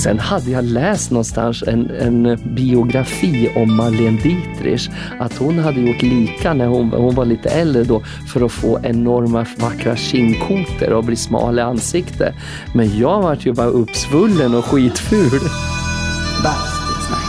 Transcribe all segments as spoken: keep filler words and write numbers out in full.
Sen hade jag läst någonstans en, en biografi om Marlene Dietrich, att hon hade gjort lika när hon, hon var lite äldre då, för att få enorma vackra kindkotor och bli smal i ansikte. Men jag var ju bara uppsvullen och skitful. Bastusnack.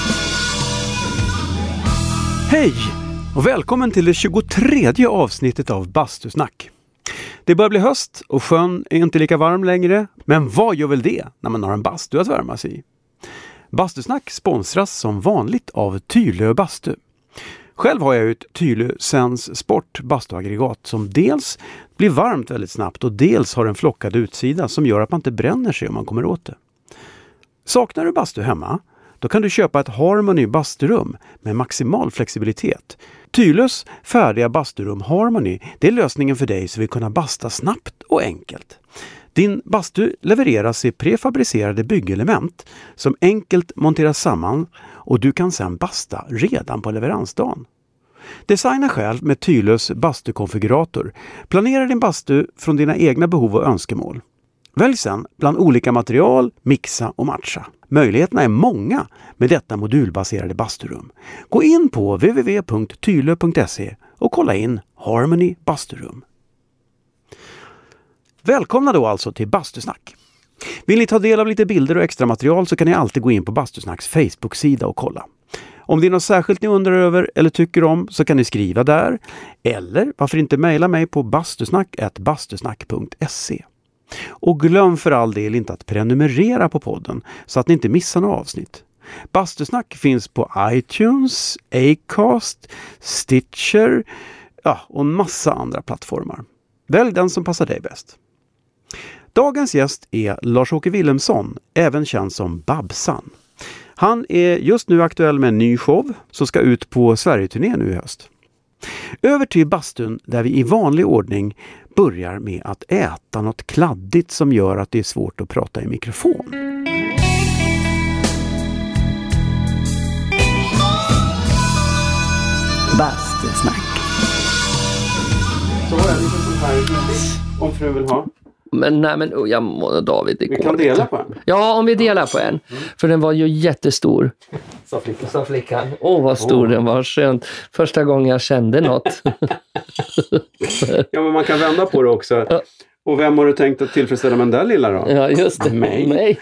Hej och välkommen till det tjugotredje avsnittet av Bastusnack. Det börjar bli höst och sjön är inte lika varm längre, men vad gör väl det när man har en bastu att värma sig i? Bastusnack sponsras som vanligt av Tylö Bastu. Själv har jag ett Tylö Sense Sport bastuaggregat som dels blir varmt väldigt snabbt och dels har en flockad utsida som gör att man inte bränner sig om man kommer åt det. Saknar du bastu hemma? Då kan du köpa ett Harmony basturum med maximal flexibilitet. Tylös färdiga basturum Harmony, det är lösningen för dig som vill kunna basta snabbt och enkelt. Din bastu levereras i prefabricerade byggelement som enkelt monteras samman och du kan sedan basta redan på leveransdagen. Designa själv med Tylös bastukonfigurator. Planera din bastu från dina egna behov och önskemål. Välj sedan bland olika material, mixa och matcha. Möjligheterna är många med detta modulbaserade basturum. Gå in på w w w punkt tylö punkt se och kolla in Harmony basturum. Välkomna då alltså till Bastusnack. Vill ni ta del av lite bilder och extra material så kan ni alltid gå in på Bastusnacks Facebook-sida och kolla. Om det är något särskilt ni undrar över eller tycker om så kan ni skriva där. Eller varför inte mejla mig på bastusnack at bastusnack punkt se. Och glöm för all del inte att prenumerera på podden så att ni inte missar några avsnitt. Bastusnack finns på iTunes, Acast, Stitcher ja, och en massa andra plattformar. Välj den som passar dig bäst. Dagens gäst är Lars-Åke Wilhelmsson, även känd som Babsan. Han är just nu aktuell med en ny show som ska ut på Sverige-turné nu i höst. Över till bastun där vi i vanlig ordning börjar med att äta något kladdigt som gör att det är svårt att prata i mikrofon. Bastusnack. Så har jag lite sån här om fru vill ha. Men nej, men oh, jag må, David, det Vi går kan inte. dela på en. Ja, om vi delar på en. Mm. För den var ju jättestor. Sa flickan. Sa flickan. Åh, oh, vad stor oh. den var. Skönt. Första gången jag kände något. Ja, men man kan vända på det också. Ja. Och vem har du tänkt att tillfredsställa med den där lilla då? Ja, just det. Mig. Mig.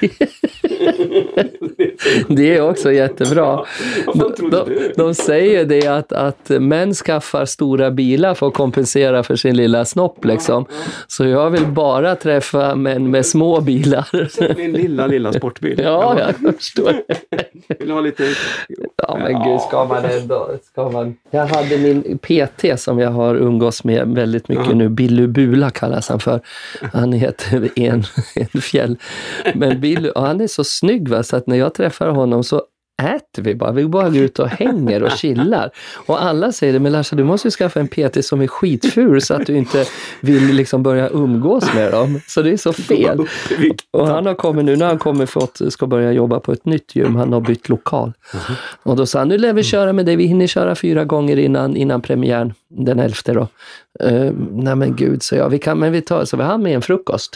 Det är också jättebra. Vad de, de, de säger det att, att män skaffar stora bilar för att kompensera för sin lilla snopp liksom. Så jag vill bara träffa män med små bilar. Min lilla, lilla sportbil. Ja, jag förstår. Vill du ha lite... Ja, men gud, ska man ändå... Ska man... Jag hade min P T som jag har umgås med väldigt mycket uh-huh. nu. Billy Bula kallas han för. Han heter en, en fjäll. Men Billy, och han är så snygg va, så att när jag träffar honom så äter vi bara. Vi bara går ut och hänger och chillar. Och alla säger det, men Larsa, du måste ju skaffa en P T som är skitful så att du inte vill liksom börja umgås med dem. Så det är så fel. Och han har kommit nu, när han kommer för att ska börja jobba på ett nytt gym. Han har bytt lokal. Mm-hmm. Och då sa han, nu lär vi köra med det. Vi hinner köra fyra gånger innan, innan premiären. Den elfte då. Uh, nej men gud, så jag, vi kan, men vi tar, så vi har med en frukost.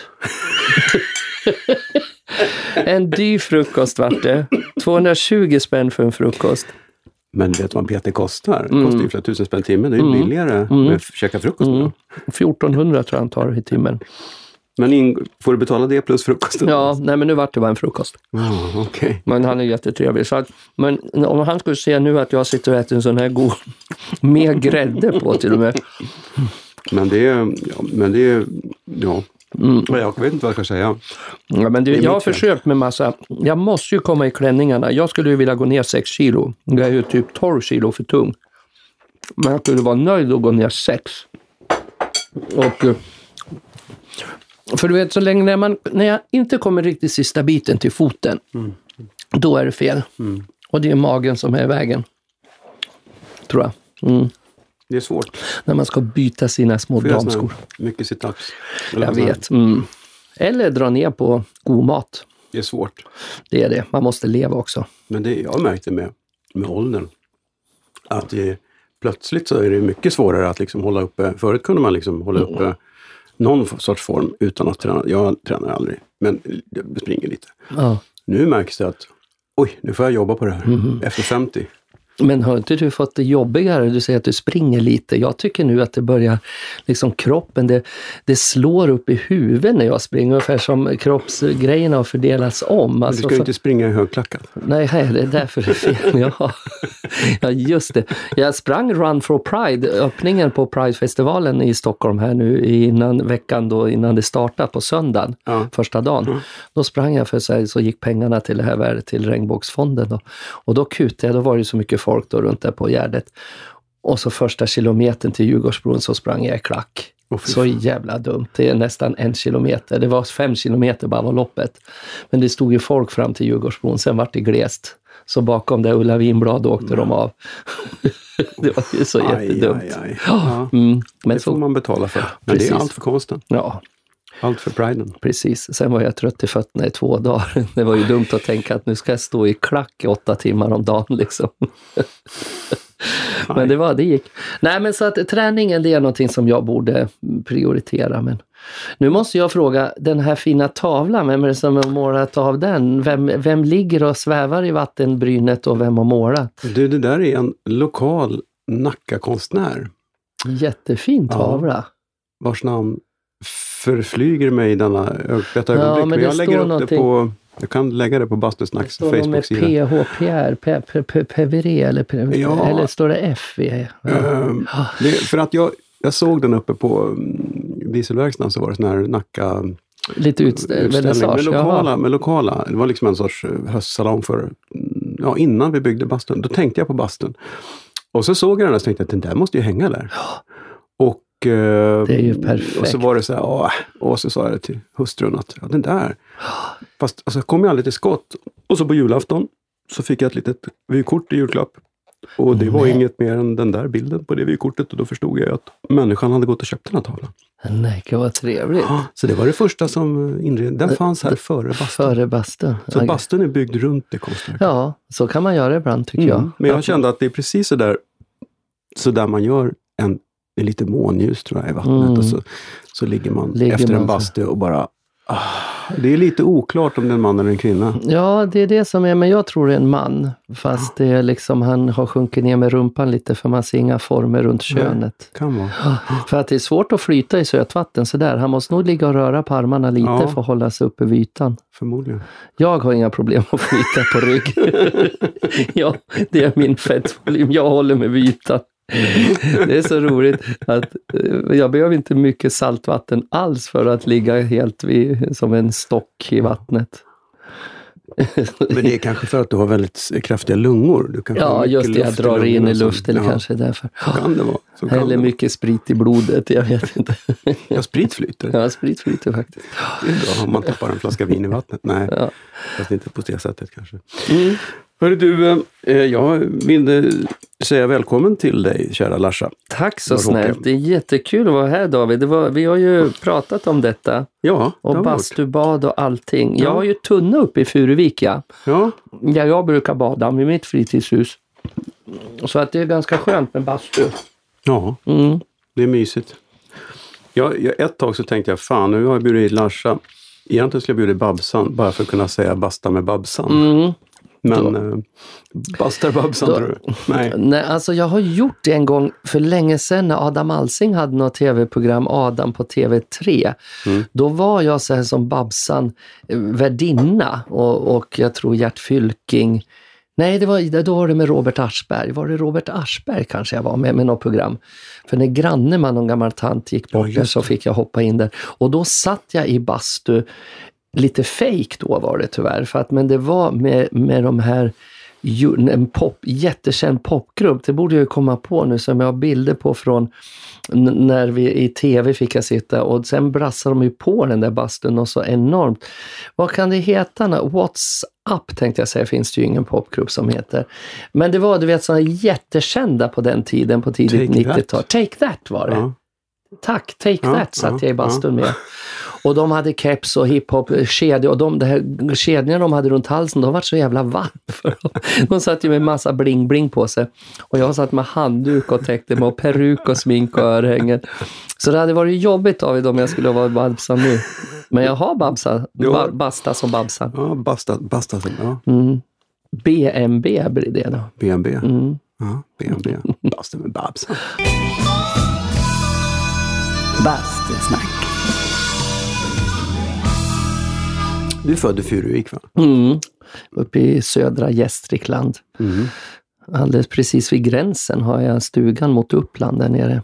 En dyr frukost vart det. tvåhundratjugo spänn för en frukost. Men vet du vad en P T kostar? Det Mm. kostar ju flera tusen spänn timmen. Det är ju Mm. billigare Mm. med att käka frukost. Mm. fjortonhundra tror jag han tar i timmen. Men in, får du betala det plus frukosten? Ja, nej men nu vart det bara en frukost. Oh, okay. Men han är jättetrevlig. Så att, men om han skulle se nu att jag sitter och äter en sån här god med grädde på till och med. Men det är, ja, men det är, ja. Mm. Jag vet inte vad jag ska säga. Ja, men det, jag har försökt med massa, jag måste ju komma i klänningarna. Jag skulle ju vilja gå ner sex kilo. Jag är ju typ tolv kilo för tung. Men jag skulle vara nöjd att gå ner sex. Och för du vet, så länge när, man, när jag inte kommer riktigt sista biten till foten, mm. då är det fel. Mm. Och det är magen som är i vägen. Tror jag. Mm. Det är svårt. När man ska byta sina små damskor. Mycket sit-ups. Jag vet. Mm. Eller dra ner på god mat. Det är svårt. Det är det. Man måste leva också. Men det jag märkte med, med åldern. Att det, plötsligt så är det mycket svårare att liksom hålla uppe. Förut kunde man liksom hålla uppe mm. någon sorts form utan att träna. Jag tränar aldrig. Men det springer lite. Ja. Nu märks det att oj, nu får jag jobba på det här Mm. efter femtio. Men har inte du fått det jobbigare? Du säger att du springer lite. Jag tycker nu att det börjar, liksom kroppen, det, det slår upp i huvudet när jag springer. Ungefär som kroppsgrejerna har fördelats om. Men Alltså, du ska ju för, inte springa i högklackat. nej, det är därför det är fel. Ja. Ja, just det. Jag sprang Run for Pride, öppningen på Pride-festivalen i Stockholm här nu innan veckan då, innan det startade på söndagen, Ja. första dagen. Mm. Då sprang jag för sig, så gick pengarna till det här värdet, till Regnbågsfonden då. Och då kutade jag, då var det så mycket folk då runt där på Gärdet. Och så första kilometern till Djurgårdsbron så sprang jag i klack. Åh, fy Så fan. jävla dumt. Det är nästan en kilometer. Det var fem kilometer bara var loppet. Men det stod ju folk fram till Djurgårdsbron. Sen var det glest. Så bakom där Ulla Vinblad åkte Mm. de av. Det var ju så Aj, jättedumt. aj, aj. Ja, Mm, men det får så, man betala för. Men Precis. det är allt för konsten. ja, Allt för priden. precis. Sen var jag trött i fötterna i två dagar. Det var ju dumt att tänka att nu ska jag stå i klack i åtta timmar om dagen liksom. Men det var, det gick. Nej, men så att träningen, det är någonting som jag borde prioritera. Men nu måste jag fråga, den här fina tavlan, vem är det som har målat av den? Vem, vem ligger och svävar i vattenbrynet och vem har målat? Du, det där är en lokal Nacka-konstnär Jättefin tavla. vars namn förflyger mig i denna, detta Ja, ögonblick. men Men det jag lägger står upp någonting- det på, jag kan lägga det på Det Bastusnacks står nog med Facebook-sida. P H P R, P- P- P- P-V-R eller, P- Ja. eller står det F V? Ja. Ehm, det, för att jag, jag såg den uppe på mm, dieselverkstaden, så var det sån här Nacka Lite utst- utställning med vernissage. lokala, Jaha. med lokala. Det var liksom en sorts eh, höstsalong för, mm, ja, innan vi byggde bastun. Då tänkte jag på bastun. Och så såg jag den och tänkte att den där måste ju hänga där. Och eh, Det är ju perfekt. Och så var det så här, åh, och så sa jag det till hustrun att ja, den där. Fast alltså, kom jag aldrig till skott. Och så på julafton så fick jag ett litet vykort i julklapp. Och det var Nej. inget mer än den där bilden på det vykortet. Och då förstod jag att människan hade gått och köpt den här tavlan. Nej, det var trevligt. Så det var det första som inred. Den fanns här före bastun. Före bastun. Så bastun är byggd runt det konstverket. Ja, så kan man göra ibland tycker jag. Mm. Men jag kände att det är precis så där, så där man gör en, en lite månljus tror jag i vattnet. Mm. Och så, så ligger man Ligger efter man en så. bastu och bara... Ah, det är lite oklart om det är en man eller en kvinna. Ja, det är det som är, men jag tror det är en man. Fast det är liksom, han har sjunkit ner med rumpan lite för man ser inga former runt könet. Kan vara. För att det är svårt att flyta i sötvatten så där. Han måste nog ligga och röra på armarna lite Ja. för att hålla sig uppe vid ytan. Förmodligen. Jag har inga problem att flyta på rygg. Ja, det är min fettvolym. Jag håller mig vid ytan. Det är så roligt att eh, jag behöver inte mycket saltvatten alls för att ligga helt vid, som en stock i vattnet. Men det är kanske för att du har väldigt kraftiga lungor. Du kanske har Ja, mycket just det. Jag luft drar in i lungorna som- luft eller ja, kanske därför. Så kan det vara. Så kan Eller det vara. mycket sprit i blodet, jag vet inte. Ja, sprit flyter. Ja, sprit flyter faktiskt. Det är bra om man tappar en flaska vin i vattnet. Nej, Ja. fast inte på det sättet kanske. Mm. Hörru du, eh, jag vill säga välkommen till dig, kära Larsa. Tack så Vad snällt. råkigt. Det är jättekul att vara här, David. Det var, vi har ju pratat om detta. Ja, det Och har vi gjort. bastubad och allting. Ja. Jag har ju tunna uppe i Furuvik, ja. Ja, Där jag brukar bada med mitt fritidshus. Så att det är ganska skönt med bastu. ja, Mm. det är mysigt. Jag, jag, ett tag så tänkte jag, fan nu har jag bjudit Larsa. Egentligen skulle jag bjuda Babsan, bara för att kunna säga basta med Babsan. Mm. Men eh, bastar Babsan Då- tror du? Nej. Nej, alltså jag har gjort det en gång för länge sedan när Adam Alsing hade något tv-program, Adam på T V tre. Mm. Då var jag så här som Babsan eh, värdinna och, och jag tror Gert Fylking. Nej, det var, då var det med Robert Aschberg. Var det Robert Aschberg kanske jag var med med något program? För när Granneman, någon gammal tant, gick bort Ja, där just så fick jag hoppa in där. Och då satt jag i bastu, lite fake då var det tyvärr. För att, men det var med, med de här, ju- en pop, jättekänd popgrupp. Det borde jag ju komma på nu som jag har bilder på från n- när vi i tv fick jag sitta. Och sen brassade de ju på den där bastun och så enormt. Vad kan det heta? What's Up tänkte jag säga, finns det ju ingen popgrupp som heter. Men det var, du vet, sådana jättekända på den tiden, på tidigt Take nittiotal. That. Take That var det. Ja. Tack, Take Ja, That satt ja, jag i bastun med. Och de hade keps och hiphop kedjor och de det här kedjorna de hade runt halsen, de var så jävla varm för dem. De satt ju med massa bling bling på sig. Och jag satt med handduk och täckte mig och peruk och smink och örhängen. Så det hade varit jobbigt av dem om jag skulle vara Babsan nu. Men jag har Babsa, ba, Basta som Babsan. Ja, Basta, Basta ja. Mm. B M B blir det då. B M B? Mm. Ja, B M B. Basta med Babsan. Bastusnack. Du är född i Furuvik, va? Mm. Uppe i södra Gästrikland. Mm. Alldeles precis vid gränsen har jag stugan mot Uppland där nere. Mm.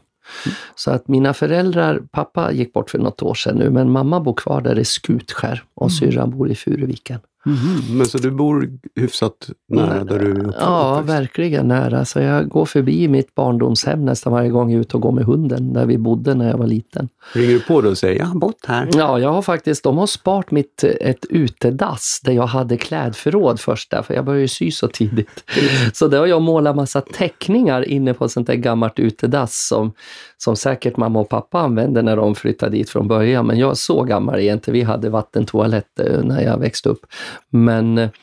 Så att mina föräldrar, pappa gick bort för något år sedan nu, men mamma bor kvar där i Skutskär och mm. syrran bor i Furuviken. Mm. Men så du bor hyfsat nära mm. där du är uppväxt? Ja, verkligen nära. Så jag går förbi mitt barndomshem nästan varje gång jag är ute och går med hunden där vi bodde när jag var liten. Ringer du på då och säger, jag har bott här? Ja, jag har faktiskt, de har sparat mitt ett utedass där jag hade klädförråd först där, för jag började sy så tidigt. Mm. Så där har jag målat massa teckningar inne på ett sånt där gammalt utedass som, som säkert mamma och pappa använde när de flyttade dit från början. Men jag så gammal egentligen, vi hade vattentoalett när jag växte upp. Men eh,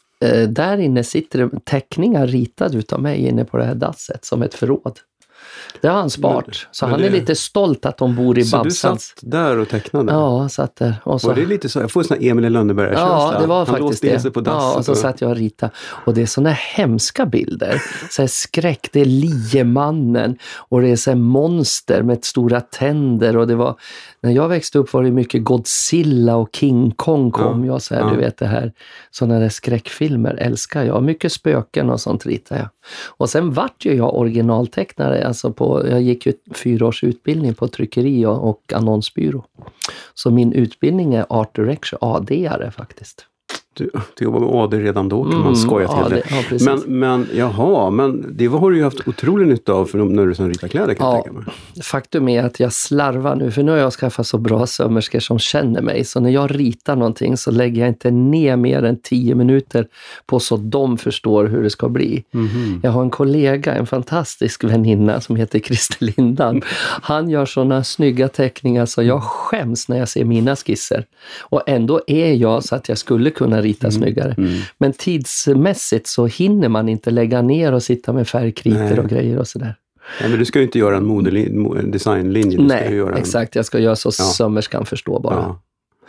där inne sitter det teckningar ritade utav mig inne på det här dasset som ett förråd. Det har han spart. Men, så men han det... är lite stolt att de bor i så Babsans. Så du satt där och tecknade? Ja, satt där. Och så... Var det lite så? Jag får sån här Emil i Lönneberga-känsla. Ja, det var han faktiskt det. Sig på ja, och så och... satt jag och ritade. Och det är såna hemska bilder. Så här skräck, det är liemannen. Och det är så här monster med stora tänder. Och det var, när jag växte upp var det mycket Godzilla och King Kong kom. Ja, jag så här, ja. Du vet det här. Såna där skräckfilmer älskar jag. Mycket spöken och sånt ritar jag. Och sen vart ju jag originaltecknare. Alltså på, jag gick ju fyra års utbildning på tryckeri och, och annonsbyrå. Så min utbildning är art direction, A D-are faktiskt. Du, du jobbar med A D redan då kan Mm, man skoja till ja, det. det ja, men, men jaha, men det har du ju haft otrolig nytta av för när du som ritar kläder kan ja, jag tänka mig. Faktum är att jag slarvar nu, för nu har jag skaffat så bra sömmerskor som känner mig. Så när jag ritar någonting så lägger jag inte ner mer än tio minuter på så de förstår hur det ska bli. Mm-hmm. Jag har en kollega, en fantastisk väninna som heter Christer Lindan. Han gör såna snygga teckningar så jag skäms när jag ser mina skisser. Och ändå är jag så att jag skulle kunna rita Mm. snyggare. Mm. Men tidsmässigt så hinner man inte lägga ner och sitta med färgkritor Nej. och grejer och sådär. Ja, men du ska ju inte göra en modelin- designlinje. Du Nej, ska ju göra en... exakt. Jag ska göra så ja. sömmerskan förstå bara. Ja.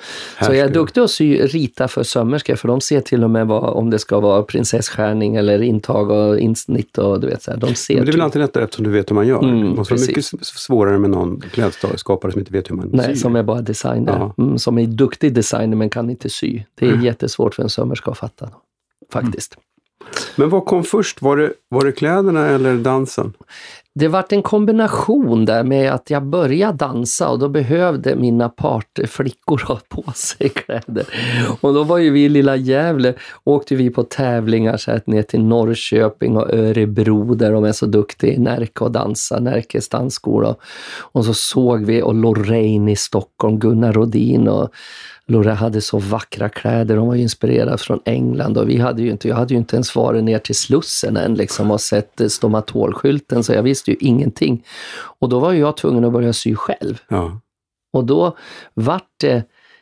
Så jag är duktig att sy, rita för sömmerskor, för de ser till och med vad, om det ska vara prinsesskärning eller intag och insnitt och du vet så här. De ser men det är väl till... alltid lättare eftersom du vet hur man gör. Mm, det måste vara mycket svårare med någon klädskapare som inte vet hur man Nej, syr. som är bara designer. Mm, som är duktig designer men kan inte sy. Det är mm. jättesvårt för en sömmerska att fatta. Faktiskt. Mm. Men vad kom först? Var det, var det kläderna eller dansen? Det var en kombination där med att jag började dansa och då behövde mina partflickor ha på sig kläder. Och då var ju vi i lilla Gävle, åkte vi på tävlingar så här, ner till Norrköping och Örebro där de är så duktiga i Närke och dansa, Närkes dansskola. Och så såg vi och Lorraine i Stockholm, Gunnar Rodin och Laura hade så vackra kläder, de var ju inspirerade från England och vi hade ju inte, jag hade ju inte ens varit ner till Slussen än liksom och sett stomatolskylten så jag visste ju ingenting. Och då var ju jag tvungen att börja sy själv. Ja. Och då vart det,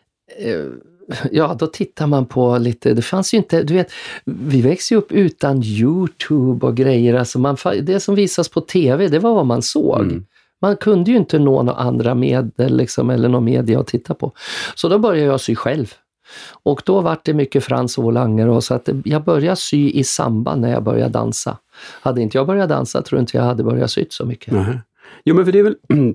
eh, ja då tittar man på lite, det fanns ju inte, du vet, vi växte ju upp utan YouTube och grejer, alltså man, det som visas på tv, det var vad man såg. Mm. Man kunde ju inte nå några andra medel liksom, eller någon media att titta på. Så då började jag sy själv. Och då var det mycket Frans och Langer. Och så att jag började sy i samband när jag började dansa. Hade inte jag börjat dansa tror inte jag hade börjat sy så mycket. Nej. Jo men för det är väl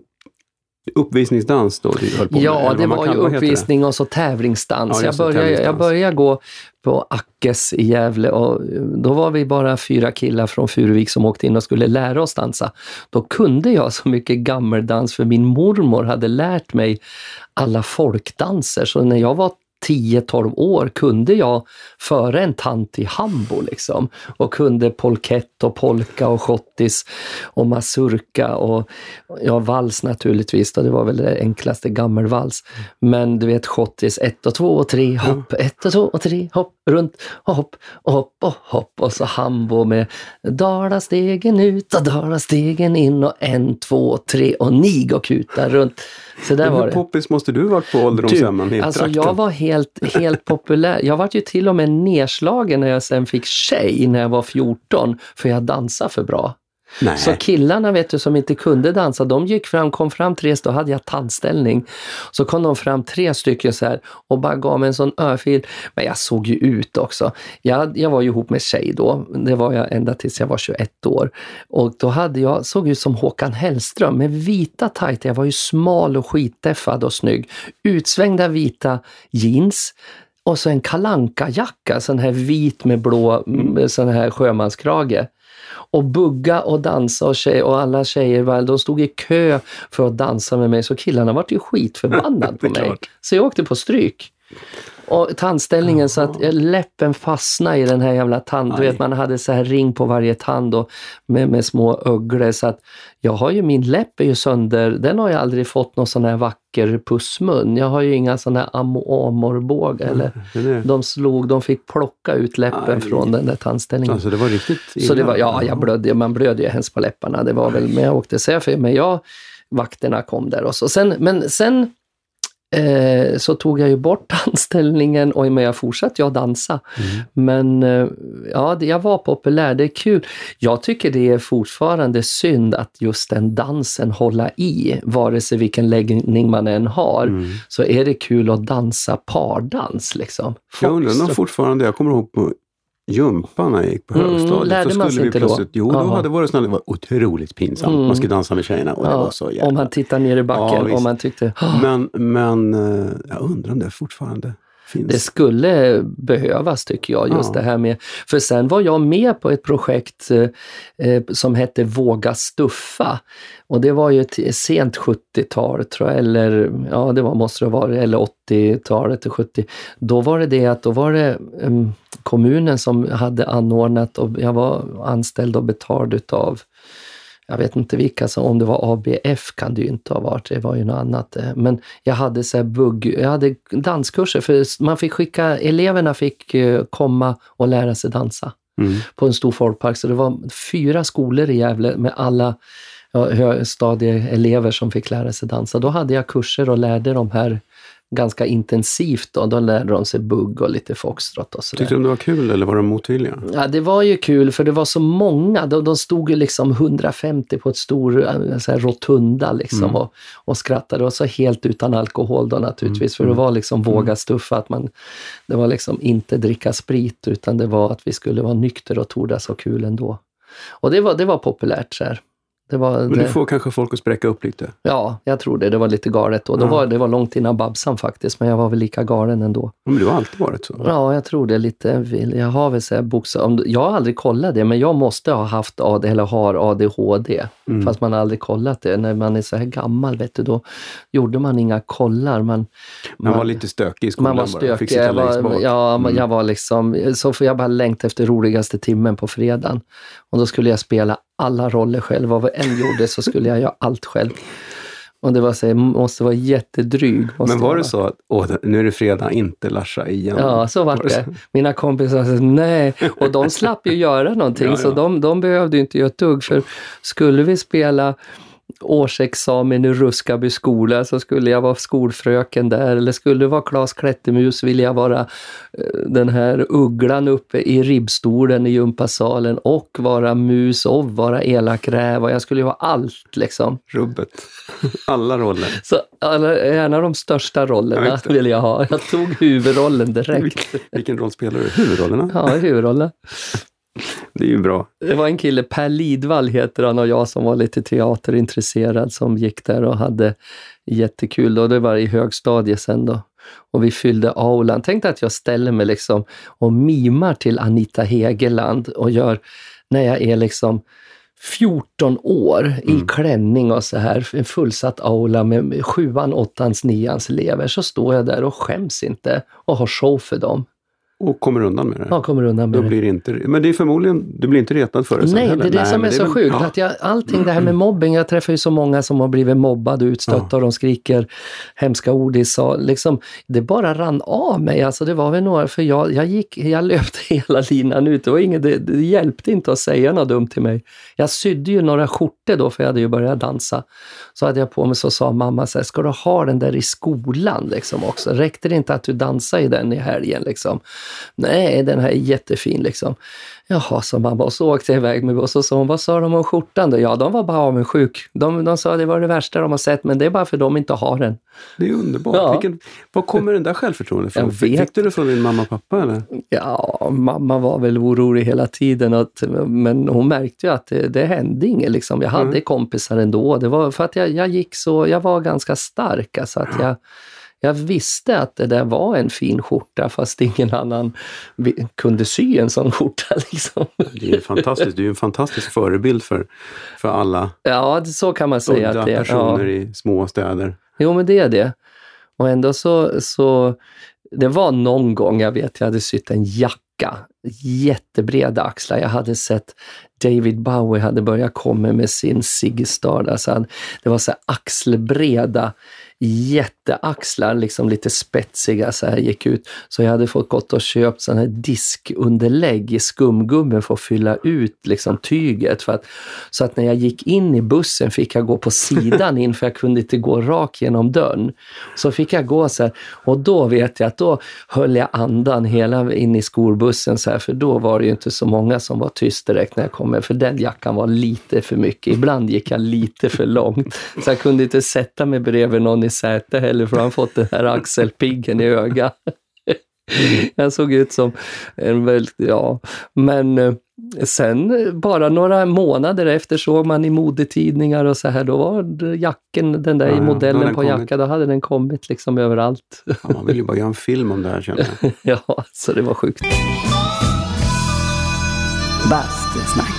uppvisningsdans då? Du höll på med, ja, det var ju uppvisning och så tävlingsdans. Ja, jag, började, tävlingsdans. jag började gå på Ackes i Gävle och då var vi bara fyra killar från Furuvik som åkte in och skulle lära oss dansa. Då kunde jag så mycket gammeldans för min mormor hade lärt mig alla folkdanser. Så när jag var tio tolv år kunde jag föra en tant i hambo liksom. Och kunde polkett och polka och schottis och mazurka och ja, vals naturligtvis. Då, det var väl det enklaste, gammelvals. Men du vet, schottis, ett och två och tre, hopp, ett och två och tre, hopp, runt och hopp och hopp och hopp. Och så hambo med dala stegen ut och dala stegen in och en, två, tre och nig och kuta runt. Så där Men var hur det. poppis måste du varit på ålderdomshemmen i Alltså trakten? jag var helt, helt populär. Jag var ju till och med nedslagen när jag sen fick tjej när jag var fjorton. För jag dansade för bra. Nej. Så killarna vet du som inte kunde dansa, de gick fram, kom fram tre, då hade jag tandställning. Så kom de fram tre stycken så här och bara gav mig en sån örfil. Men jag såg ju ut också. Jag, jag var ju ihop med tjej då. Det var jag ända tills jag var tjugoett år. Och då hade jag, såg ut som Håkan Hellström med vita tajta. Jag var ju smal och skitdäffad och snygg. Utsvängda vita jeans. Och så en kalanka-jacka, sån här vit med blå, mm. sån här sjömanskrage. Och bugga och dansa och, tjej, och alla tjejer, de stod i kö för att dansa med mig. Så killarna var ju skitförbannade på mig. Klart. Så jag åkte på stryk. Och tandställningen så att läppen fastnade i den här jävla tand. Du vet, man hade så här ring på varje tand och med, med små öglor. Så att jag har ju, min läpp är ju sönder. Den har jag aldrig fått någon sån här vacker pussmun. Jag har ju inga sån här amorbåg eller Mm, de slog, de fick plocka ut läppen Aj. från den där tandställningen. Alltså det var riktigt illa. Så det var, ja, jag blödde, man blödde ju hens på läpparna. Det var väl, men jag åkte så för men jag, vakterna kom där och så. Sen, men sen Eh, så tog jag ju bort anställningen och men jag fortsatte jag dansa. Mm. Men eh, ja, det, jag var populär, det är kul. Jag tycker det är fortfarande synd att just den dansen hålla i, vare sig vilken läggning man än har, mm. så är det kul att dansa pardans liksom. Jag undrar om fortfarande, jag kommer ihåg på jumpan när jag gick på högstadiet. Mm, lärde så man sig inte då? Jo, då hade det varit snarare, det var otroligt pinsamt. Mm. Man skulle dansa med tjejerna och ja, det var så jävla... Om man tittar ner i backen, ja, om man tyckte... Men, men jag undrar om det fortfarande finns. Det skulle behövas tycker jag, just ja. det här med... För sen var jag med på ett projekt eh, som hette Våga Stuffa. Och det var ju ett sent sjuttiotal tror jag, eller ja det var, måste det vara, eller åttiotalet till sjuttio. Då var det det att då var det um, kommunen som hade anordnat och jag var anställd och betald utav, jag vet inte vilka, så om det var A B F kan det ju inte ha varit, det var ju något annat. Men jag hade så här bugg, jag hade danskurser för man fick skicka, eleverna fick komma och lära sig dansa mm. på en stor folkpark. Så det var fyra skolor i Gävle med alla högstadieelever som fick lära sig dansa. Då hade jag kurser och lärde de här ganska intensivt då. Då lärde de sig bugg och lite foxtrot och sådär. Tyckte de det var kul eller var de motvilliga? Ja, det var ju kul för det var så många. De, de stod ju liksom hundrafemtio på ett stor så här, rotunda liksom mm. och, och skrattade. Och så helt utan alkohol då naturligtvis. Mm. För det var liksom mm. våga stuffa. Att man, det var liksom inte dricka sprit utan det var att vi skulle vara nykter och torda så kul ändå. Och det var, det var populärt så här. Det var, men det du får kanske folk att spräcka upp lite. Ja, jag tror det. Det var lite galet då. Ja. då var, det var långt innan Babsan faktiskt, men jag var väl lika galen ändå. Men du har alltid varit så? Ja, jag tror det lite. Jag har väl så här bokstav. Jag har aldrig kollat det, men jag måste ha haft A D eller har A D H D. Mm. Fast man har aldrig kollat det. När man är så här gammal, vet du, då gjorde man inga kollar. Man, man, man var lite stökig i skolan. Man var stökig. Jag var, ja, mm. jag var liksom, så får jag bara längta efter roligaste timmen på fredagen. Och då skulle jag spela alla roller själv. Vad än gjorde så skulle jag göra allt själv. Och det var så, måste vara jättedryg. Men var det så att åh, nu är det fredag, inte Larsa igen? Ja, så var det. Mina kompisar sa nej. Och de slapp ju göra någonting. Ja, ja. Så de, de behövde ju inte göra ett dugg. För skulle vi spela årsexamen i Ruskaby skola så skulle jag vara skolfröken där, eller skulle det vara Klas Klättermus vill jag vara den här ugglan uppe i ribbstolen i gympasalen och vara mus och vara elak räv och jag skulle vara allt liksom. Rubbet. Alla roller. Så alla, gärna de största rollerna jag vill jag ha. Jag tog huvudrollen direkt. Vilken, vilken roll spelar du? Huvudrollerna? Ja, huvudrollen. Det är ju bra. Det var en kille, Per Lidvall heter han och jag som var lite teaterintresserad som gick där och hade jättekul. Och det var i högstadiet sen då. Och vi fyllde aulan. Tänkte att jag ställer mig liksom och mimar till Anita Hegeland och gör när jag är liksom fjorton år Mm. i klänning och så här, en fullsatt aula med sjuan, åttans, nians elever, så står jag där och skäms inte och har show för dem. Och kommer undan med det. Ja, kommer undan med Då det. blir det inte, men det är förmodligen, du blir inte retad för det sen Nej, heller. det är det Nej, som men är det så väl- sjukt. ja. Att jag, allting det här med mobbing, jag träffar ju så många som har blivit mobbade, utstötta Ja. och de skriker hemska ord i sal. Liksom, det bara rann av mig. Alltså det var väl några, för jag, jag gick, jag löpte hela linan ut. Det, var inget, det, det hjälpte inte att säga något dumt till mig. Jag sydde ju några skjortor då, för jag hade ju börjat dansa. Så hade jag på mig, så sa mamma så här, ska du ha den där i skolan liksom också? Räckte det inte att du dansar i den i helgen liksom? Nej, den här är jättefin liksom. Jaha, sa mamma, och så åkte jag iväg med, och så sa hon, vad sa de om skjortan då? Ja, de var bara avundsjuk. De, de sa det var det värsta de har sett, men det är bara för de inte har den. Det är underbart. Ja. Vilken, var kommer den där självförtroende från? Jag vet. Fick du det från din mamma och pappa eller? Ja, mamma var väl orolig hela tiden, att, men hon märkte ju att det, det hände inget liksom. Jag hade Mm. kompisar ändå. Det var för att jag, jag gick så, jag var ganska stark, alltså att jag Jag visste att det där var en fin skjorta, fast ingen annan vi- kunde sy en sån skjorta liksom. Det är ju fantastiskt. Du är ju en fantastisk förebild för, för alla Ja, det- så kan man säga udda att det är. personer Ja. i små städer. Jo, men det är det. Och ändå så, så det var någon gång, jag vet, jag hade sytt en jacka, jättebreda axlar. Jag hade sett David Bowie hade börjat komma med sin Ziggy Stardust. Alltså, det var så här axelbreda jätteaxlar, liksom lite spetsiga så här gick ut. Så jag hade fått gått och köpt sån här diskunderlägg i skumgummi för att fylla ut liksom tyget. För att, så att när jag gick in i bussen fick jag gå på sidan in, för jag kunde inte gå rakt genom dörren. Så fick jag gå så här, och då vet jag att då höll jag andan hela in i skolbussen så här, för då var det ju inte så många som var tyst direkt när jag kom med, för den jackan var lite för mycket. Ibland gick jag lite för långt, så jag kunde inte sätta mig bredvid någon i säte heller, för han fått den här axelpiggen i ögat. Jag såg ut som en väldigt, ja, men eh, sen bara några månader efter såg man i modetidningar och så här, då var det jacken, den där Ja, ja, då modellen hade den på kommit. jacka, då hade den kommit liksom överallt. Ja, man vill ju bara göra en film om det här, känner jag. Ja, så det var sjukt. Bastusnack.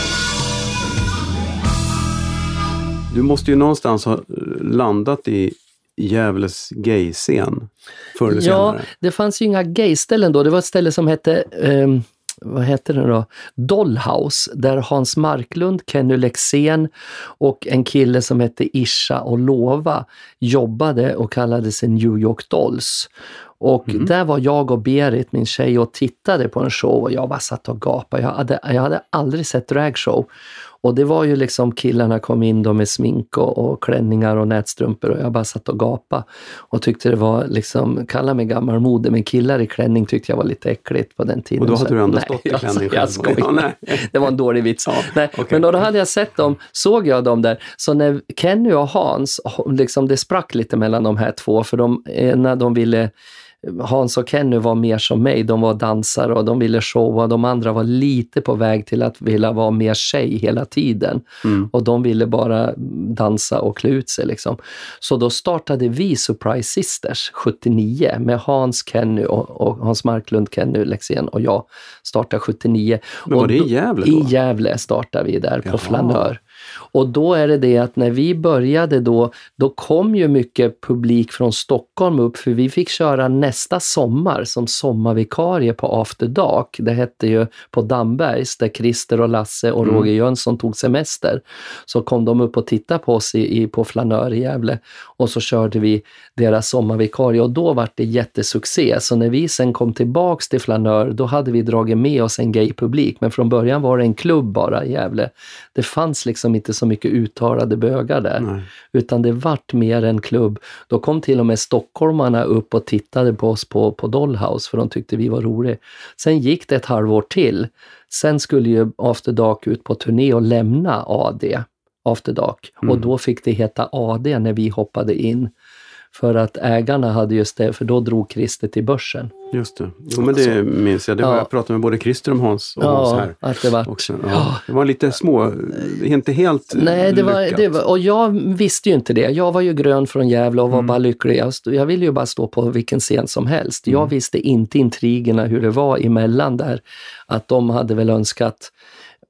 Du måste ju någonstans ha landat i Gävles gayscen förr eller Ja, senare. det fanns ju inga gayställen då. Det var ett ställe som hette, eh, vad heter det då? Dollhouse, där Hans Marklund, Kenny Lexén och en kille som hette Isha och Lova jobbade och kallade sig New York Dolls. Och Mm. där var jag och Berit, min tjej, och tittade på en show, och jag bara satt och gapade. Jag hade, jag hade aldrig sett dragshow. Och det var ju liksom, killarna kom in då med smink och, och klänningar och nätstrumpor, och jag bara satt och gapade och tyckte det var liksom, kalla mig gammalmodig, men killar i klänning tyckte jag var lite äckligt på den tiden. Och då hade Så- du ändå nej, stått i jag- klänning jag själv. skojar. Ja, nej. Det var en dålig vits. Ja, nej, okej. Men då, då hade jag sett dem, såg jag dem där. Så när Kenny och Hans, liksom det sprack lite mellan de här två, för de, när de ville, Hans och Kenny var mer som mig, de var dansare och de ville showa, de andra var lite på väg till att vilja vara mer tjej hela tiden. Mm. Och de ville bara dansa och klä ut sig liksom. Så då startade vi Surprise Sisters sjuttionio med Hans, Kenny och, och Hans Marklund, Kenny Lexén och jag startade sjuttionio. Men var Och det i då- Gävle då? I Gävle startade vi där på Jaha. Flanör. Och då är det det att när vi började då, då kom ju mycket publik från Stockholm upp, för vi fick köra nästa sommar som sommarvikarie på After Dark. Det hette ju på Dambergs, där Christer och Lasse och Mm. Roger Jönsson tog semester. Så kom de upp och tittade på oss i, i, på Flanör i Gävle, och så körde vi deras sommarvikarie, och då var det jättesuccé. Så när vi sen kom tillbaks till Flanör, då hade vi dragit med oss en gaypublik, men från början var det en klubb bara i Gävle. Det fanns liksom inte så mycket uttalade bögar där, Nej. utan det vart mer en klubb. Då kom till och med stockholmarna upp och tittade på oss på, på Dollhouse, för de tyckte vi var roliga. Sen gick det ett halvår till. Sen skulle ju After Dark ut på turné och lämna A D, After Dark. Mm. Och då fick det heta A D när vi hoppade in. För att ägarna hade just det, för då drog Christer till börsen. Just det. Jo, men det minns jag. Det var, Ja. Jag pratade med både Christer och Hans, och Hans Ja, här. att det var. Också. Ja. Det var lite små, inte helt Nej, det var, lyckat. det var, och jag visste ju inte det. Jag var ju grön från Gävle och var Mm. bara lycklig. Jag, stod, jag ville ju bara stå på vilken scen som helst. Jag Mm. visste inte intrigerna hur det var emellan där. Att de hade väl önskat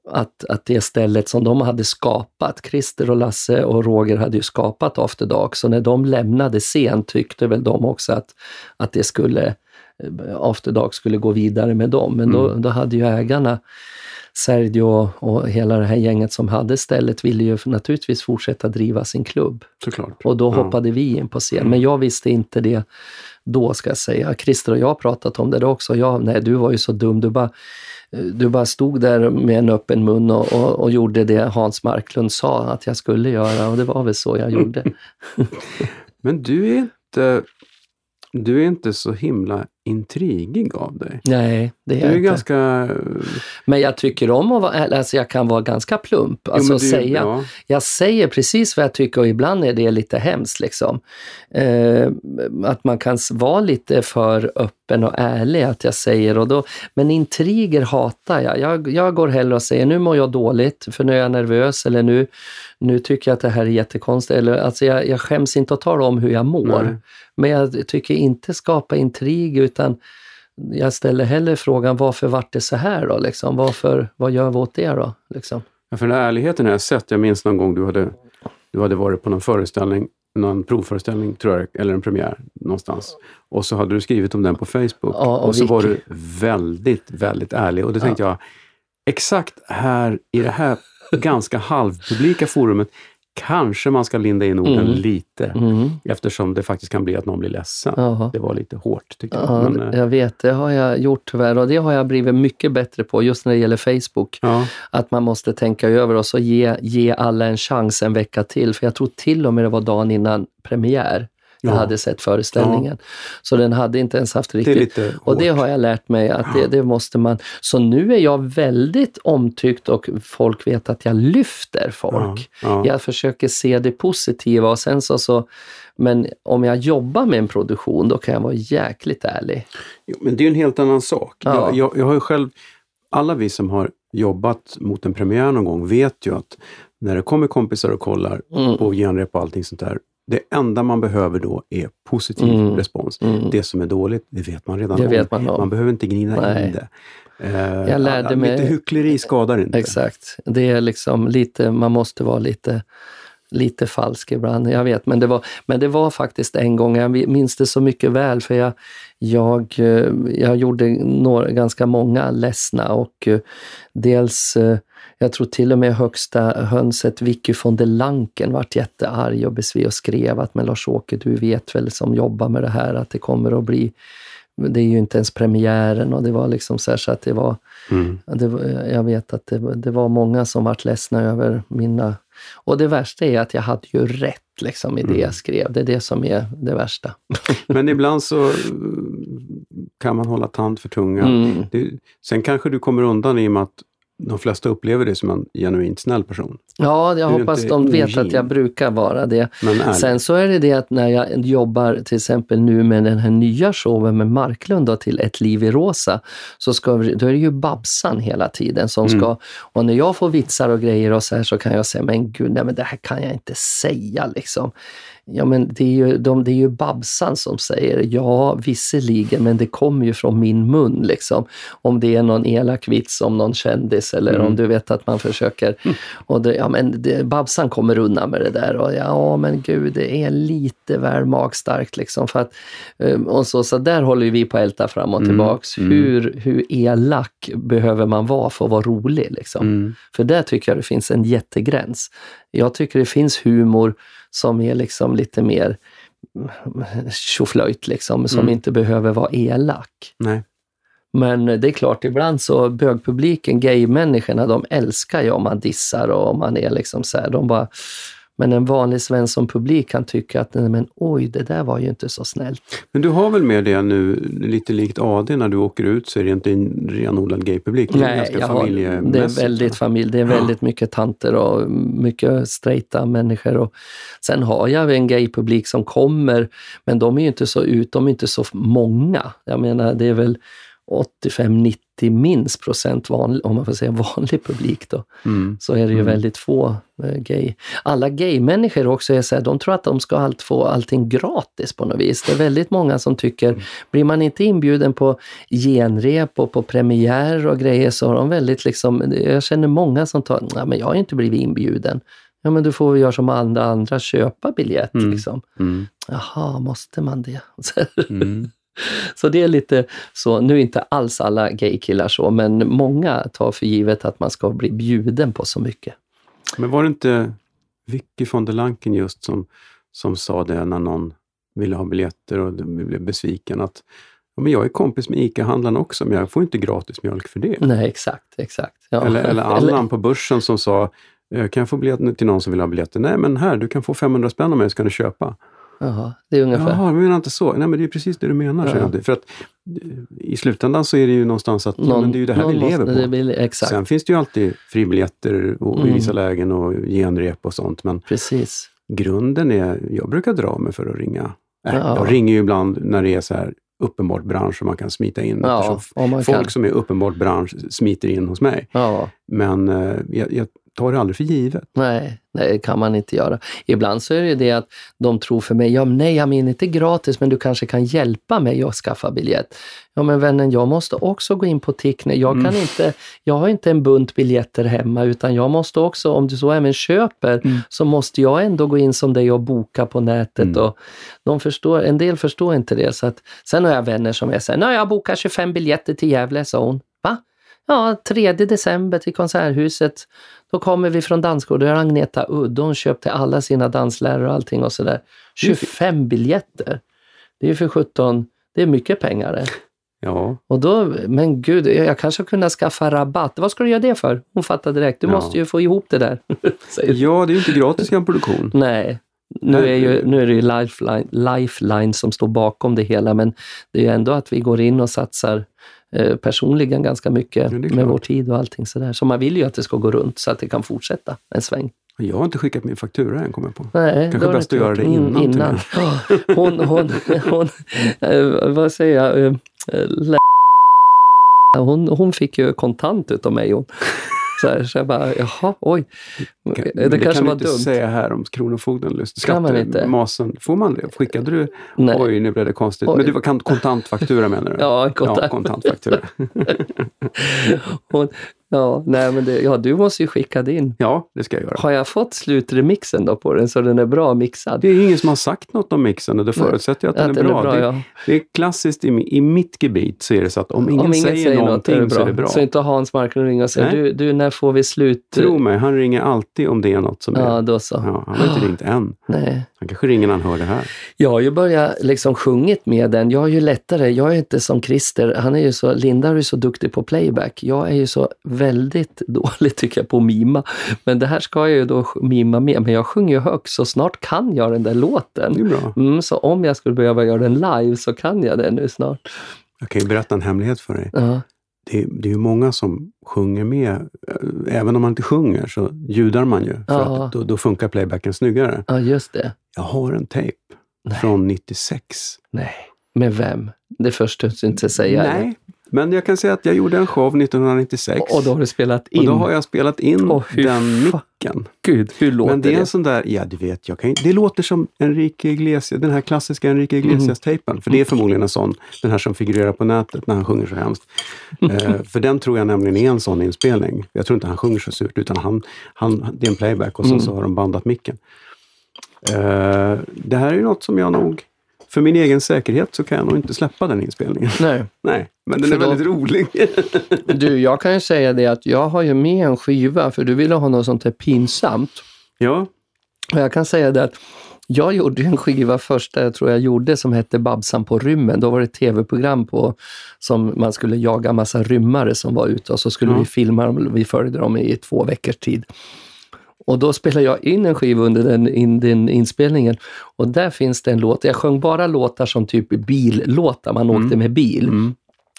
att, att det stället som de hade skapat, Christer och Lasse och Roger hade ju skapat After Dark, så när de lämnade scen tyckte väl de också att, att det skulle, After Dark skulle gå vidare med dem. Men då, mm. då hade ju ägarna, Sergio och hela det här gänget som hade stället, ville ju naturligtvis fortsätta driva sin klubb. Såklart. Och då ja. hoppade vi in på scen. Men jag visste inte det då, ska jag säga. Christer och jag har pratat om det också. Jag, nej, du var ju så dum. Du bara, du bara stod där med en öppen mun och, och, och gjorde det Hans Marklund sa att jag skulle göra. Och det var väl så jag gjorde. Men du är inte... Du är inte så himla intrigig av dig. Nej, det är du är inte. ganska... Men jag tycker om att vara, alltså jag kan vara ganska plump. Alltså jo, du, säga, ja. Jag säger precis vad jag tycker och ibland är det lite hemskt liksom. Eh, att man kan vara lite för öppen och ärlig att jag säger. Och då, men intriger hatar jag. jag. Jag går hellre och säger nu mår jag dåligt för nu är jag nervös eller nu, nu tycker jag att det här är jättekonstigt. Eller, alltså jag, jag skäms inte att tala om hur jag mår. Nej. Men jag tycker inte skapa intrig utan jag ställer hellre frågan varför vart det så här då? Liksom? Varför, vad gör vi åt det då? Liksom? Ja, för den här ärligheten har jag sett. Jag minns någon gång du hade, du hade varit på någon föreställning, någon provföreställning tror jag, eller en premiär någonstans. Och så hade du skrivit om den på Facebook. Ja, och och så Vicky. var du väldigt, väldigt ärlig. Och det tänkte ja. jag, exakt här i det här ganska halvpublika forumet kanske man ska linda in orden mm. lite. Mm. Eftersom det faktiskt kan bli att någon blir ledsen. Aha. Det var lite hårt tycker jag. Ja, Men, jag vet, det har jag gjort tyvärr. Och det har jag blivit mycket bättre på just när det gäller Facebook. Ja. Att man måste tänka över och så ge, ge alla en chans en vecka till. För jag tror till och med det var dagen innan premiär. Jag ja. hade sett föreställningen. Ja. Så den hade inte ens haft riktigt. Det och det har jag lärt mig att ja. det, det måste man. Så nu är jag väldigt omtyckt och folk vet att jag lyfter folk. Ja. Ja. Jag försöker se det positiva och sen så, så men om jag jobbar med en produktion då kan jag vara jäkligt ärlig. Jo, men det är en helt annan sak. Ja. Jag, jag, jag har ju själv, alla vi som har jobbat mot en premiär någon gång vet ju att när det kommer kompisar och kollar mm. på genrep och allting sånt där, det enda man behöver då är positiv mm. respons. Mm. Det som är dåligt, det vet man redan det om. Vet man, om. Man behöver inte gnida Nej. in det. Eh, jag lärde mig... Lite hyckleri skadar inte. Exakt. Det är liksom lite, man måste vara lite, lite falsk ibland. Jag vet, men det var, men det var faktiskt en gång, jag minns det så mycket väl för jag, jag, jag gjorde några, ganska många ledsna och dels... Jag tror till och med högsta hönset Vicky von der Lanken vart jättearg och besved och skrev att men Lars-Åke, du vet väl som jobbar med det här att det kommer att bli, det är ju inte ens premiären och det var liksom så, här, så att det var, mm. det var jag vet att det, det var många som vart ledsna över mina, och det värsta är att jag hade ju rätt liksom i det mm. jag skrev, det är det som är det värsta. Men ibland så kan man hålla tand för tunga. Mm. Det, sen kanske du kommer undan i och med att de flesta upplever det som en genuint snäll person. Ja, jag hoppas de vet ogin. Att jag brukar vara det. Sen så är det det att när jag jobbar till exempel nu med den här nya showen med Marklund då, till Ett liv i rosa, så ska, då är det ju Babsan hela tiden som ska, mm. och när jag får vitsar och grejer och så här så kan jag säga, men gud, nej men det här kan jag inte säga liksom. Ja, men det är ju, de, det är ju Babsan som säger ja, visserligen, men det kommer ju från min mun liksom. Om det är någon elak vits om någon kändis eller mm. om du vet att man försöker mm. och det, ja men det, Babsan kommer undan med det där och ja men gud, det är lite väl magstarkt liksom för att och så, så där håller vi på att älta fram och tillbaks. Mm. Hur, hur elak behöver man vara för att vara rolig liksom. Mm. För där tycker jag det finns en jättegräns. Jag tycker det finns humor som är liksom lite mer tjoflöjt liksom, som mm. inte behöver vara elak. Nej. Men det är klart, ibland så bögpubliken, gay-människorna, de älskar ju om man dissar och om man är liksom så här, de bara, men en vanlig Svensson publik kan tycka att men oj, det där var ju inte så snällt. Men du har väl med det nu, lite likt A D, när du åker ut så är det inte en renodlad gay-publik. Det är Nej, ganska jag har, det är väldigt familj, det är väldigt ja. mycket tanter och mycket straighta människor. Och sen har jag en gay-publik som kommer, men de är ju inte så ut, de är inte så många. Jag menar, det är väl åttiofem nittio nittio minst procent vanlig, om man får säga vanlig publik då, Mm. så är det ju Mm. väldigt få eh, gay. Alla gay-människor också är så här, de tror att de ska allt få allting gratis på något vis. Det är väldigt många som tycker, mm. blir man inte inbjuden på genrep och på premiär och grejer, så har de väldigt liksom, jag känner många som tar, nej men jag har inte blivit inbjuden. Ja, men du får väl göra som andra andra, köpa biljett Mm. liksom. Mm. Jaha, måste man det? Mm. Så det är lite så, nu är inte alls alla gaykillar så, men många tar för givet att man ska bli bjuden på så mycket. Men var det inte Vicky von der Lanken just som, som sa det när någon ville ha biljetter och blev besviken, att ja, men jag är kompis med ICA-handlarna också, men jag får inte gratis mjölk för det. Nej, exakt, exakt. Ja. Eller, eller Allan på börsen som sa, kan jag få biljetter till någon som vill ha biljetter? Nej, men här, du kan få femhundra spänn av mig, så kan du köpa. Jaha, det är ungefär. Jaha, men menar inte så. Nej, men det är precis det du menar. Ja. Så. För att i slutändan så är det ju någonstans att någon, ja, men det är ju det här vi lever på. Det blir, exakt. Sen finns det ju alltid fribiljetter och Mm. i vissa lägen och genrep och sånt. Men precis. Grunden är, jag brukar dra mig för att ringa. Äh, Ja. Jag ringer ju ibland när det är så här uppenbart bransch och man kan smita in. Ja, om man folk kan. som är uppenbart bransch smiter in hos mig. Ja. Men eh, jag, jag tar det aldrig för givet. Nej, det kan man inte göra. Ibland så är det det att de tror för mig, ja men nej, jag menar inte gratis, men du kanske kan hjälpa mig att skaffa biljett. Ja men vännen, jag måste också gå in på Tickner. Jag kan Mm. inte, jag har inte en bunt biljetter hemma, utan jag måste också, om du så även köper, Mm. så måste jag ändå gå in som dig och boka på nätet. Mm. Och de förstår, en del förstår inte det. Så att, sen har jag vänner som är så här, nej jag bokar tjugofem biljetter till Gävle, sa hon. Va? Ja, tredje december till Konserthuset. Då kommer vi från dansgården. Agneta Udd, hon köpte alla sina danslärare och allting och sådär. tjugofem biljetter. Det är ju för sjutton, det är mycket pengar det. Ja. Och då, men gud, jag kanske kunde skaffa rabatt. Vad ska du göra det för? Hon fattade direkt, du Ja. måste ju få ihop det där. ja, det är ju inte gratis i en produktion. Nej, nu är, ju, nu är det ju Lifeline, Lifeline som står bakom det hela, men det är ju ändå att vi går in och satsar eh, personligen ganska mycket Ja, med klart. vår tid och allting sådär. Så man vill ju att det ska gå runt så att det kan fortsätta en sväng. Jag har inte skickat min faktura än, kommer jag på. Nej, Kanske det bäst att har göra du det inte innan. gjort. till innan. mig. Ja, Hon, hon, hon eh, vad säger jag, eh, lä- hon, hon fick ju kontant utav mig. Hon. Så, här, så jag bara, jaha, oj. Men Det, det kanske kan var du inte dumt. säga här om Kronofogden löste Kan man inte? skattemasen. Får man det? Skickade du? Nej. Oj, nu blev det konstigt. Oj. Men det var kan- kontantfaktura menar du? Ja, kontant. Ja, kontantfaktura. Hon, ja, nej, men det, ja, du måste ju skicka din. Ja, det ska jag göra. Har jag fått slutremixen då på den så den är bra mixad? Det är ingen som har sagt något om mixen och det förutsätter jag att, Att den är bra. det, ja. det är klassiskt i, i mitt gebit så är det så att om ingen, Om ingen säger, säger något någonting är det så är det bra. Så inte Hans Marklund ringer och säger, Nej. du, du, när får vi slut? Tro mig, han ringer alltid om det är något som Ja, är... då så. Ja, han har inte ringt än. Nej. Han kanske ringer när han hör det här. Jag har ju börjat liksom sjungit med den. Jag är ju lättare, jag är inte som Christer. Han är ju så, Linda är ju så duktig på playback. Jag är ju så väldigt dålig tycker jag på att mima. Men det här ska jag ju då mima med. Men jag sjunger ju högt så snart kan jag den där låten. Det är bra. Mm, så om jag skulle behöva göra den live så kan jag den nu snart. Jag kan ju berätta en hemlighet för dig. Ja, Det, det är ju många som sjunger med. Även om man inte sjunger så ljudar man ju. För Ja. att då, då funkar playbacken snyggare. ja just det. Jag har en tejp Nej. från nittiosex. Nej, med vem? Det första du inte säga. Nej, men jag kan säga att jag gjorde en show nittonhundranittiosex. Och då har du spelat in. Och då har jag spelat in Åh, hur den fa- micken. Gud, hur låter Men det är det? en sån där, ja du vet, jag kan, det låter som Enrique Iglesias, den här klassiska Enrique Iglesias-tejpen. För det är förmodligen en sån, den här som figurerar på nätet när han sjunger så hemskt. eh, för den tror jag nämligen är en sån inspelning. Jag tror inte han sjunger så surt, utan han, han, det är en playback och sen Mm. så har de bandat micken. Eh, det här är ju något som jag nog, för min egen säkerhet så kan jag nog inte släppa den inspelningen. Nej. Nej, men den För är då- väldigt rolig. Du, jag kan ju säga det att jag har ju med en skiva för du ville ha något sånt här pinsamt. Ja, Och jag kan säga det att jag gjorde en skiva första jag tror jag gjorde som hette Babsan på rymmen. Då var det ett tv-program på som man skulle jaga massa rymmare som var ute och så skulle Ja. vi filma dem, vi följde dem i två veckors tid. Och då spelade jag in en skiva under den, in, den inspelningen och där finns det en låt, jag sjöng bara låtar som typ billåtar, man åkte med bil. Mm.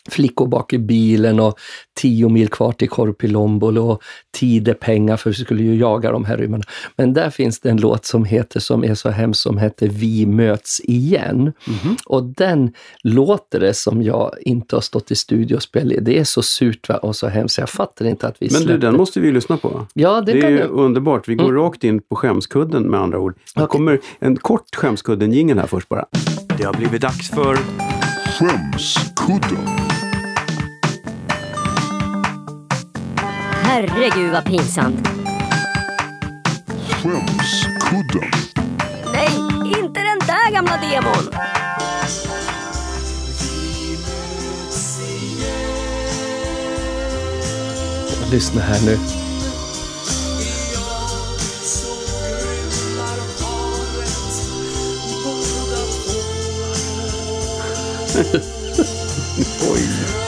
Flickor bak i bilen och tio mil kvar till Korpilombolo och tidepengar för vi skulle ju jaga de här rymmarna. Men där finns det en låt som heter, som är så hemskt, som heter Vi möts igen. Mm-hmm. Och den låter det som jag inte har stått i studio och spelat. Det är så surt, va? Och så hemskt. Jag fattar inte att vi Men släppte. du, den måste vi lyssna på. Ja, det, det kan är du. underbart. Vi går mm. rakt in på skämskudden med andra ord. Det okay. kommer en kort skämskudden-jingle här först bara. Det har blivit dags för Skämskudden. Herregud vad pinsamt. Skämskudden. Nej, inte den där gamla demon. Lyssna här nu. Oj.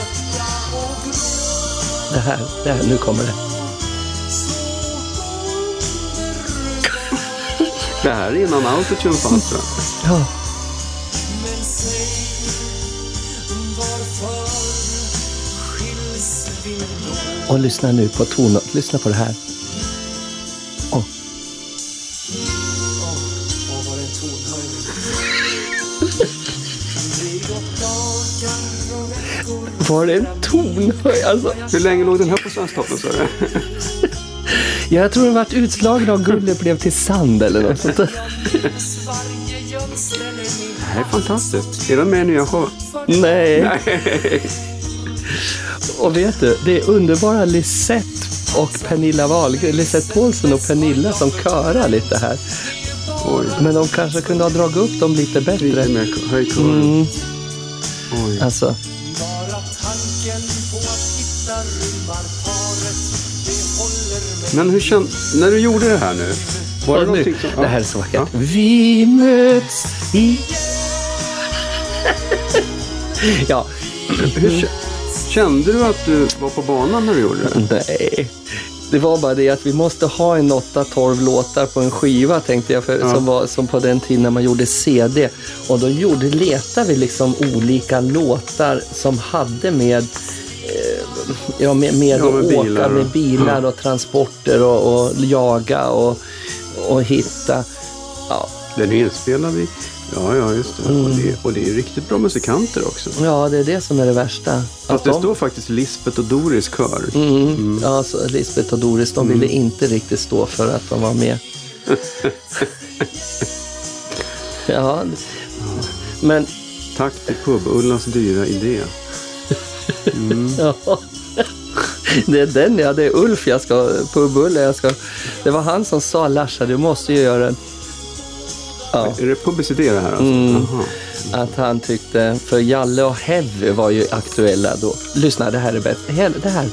Det här, det här, nu kommer det. Det här är innan autotune fanns, tror jag. Ja. Och lyssna nu på tonen. Lyssna på det här. Åh. Var det en tonhöj? Alltså. Hur länge låg den här på Svensktoppen, så är det? Jag tror den varit utslagen av guldet blev till sand eller något sånt. Det här är fantastiskt. Är den med i nya show? Nej. Nej. Och vet du, det är underbara Lisette och Pernilla Wahlgren, Lisette Paulsen och Pernilla som körar lite här. Oj. Men de kanske kunde ha dragit upp dem lite bättre. Lite mer höjkören. Mm. Oj. Alltså. Men hur känd, när du gjorde det här nu, var det nu, någonting som... Ja. Det här är så vackert. Ja. Vi möts i... Ja. Hur, kände du att du var på banan när du gjorde det? Nej. Det var bara det att vi måste ha en åtta tolv låtar på en skiva, tänkte jag, för, ja. som, var, som på den tiden när man gjorde C D. Och då gjorde, letade vi liksom olika låtar som hade med eh, ja, med, med, ja, med att bilar åka med och, bilar ja. och transporter och, och jaga och, och hitta. Ja. Den är inspelad vid... Ja, ja, just det. Mm. Och det. Och det är riktigt bra musikanter också. Ja, det är det som är det värsta. Fast det de... står faktiskt Lisbeth och Doris kör. Mm. Mm. Ja, så Lisbeth och Doris, de ville mm. inte riktigt stå för att de var med. Ja, men... Tack till Pub-Ullas dyra idé. Mm. Ja. Det är den, ja, det är Ulf jag ska, Pub-Ulla jag ska... Det var han som sa, Larsa, du måste ju göra en... Ja. Är det publicitet det här alltså? Mm. Att han tyckte, för Jalle och Heavy var ju aktuella då. Lyssna, det här är bäst. Det här.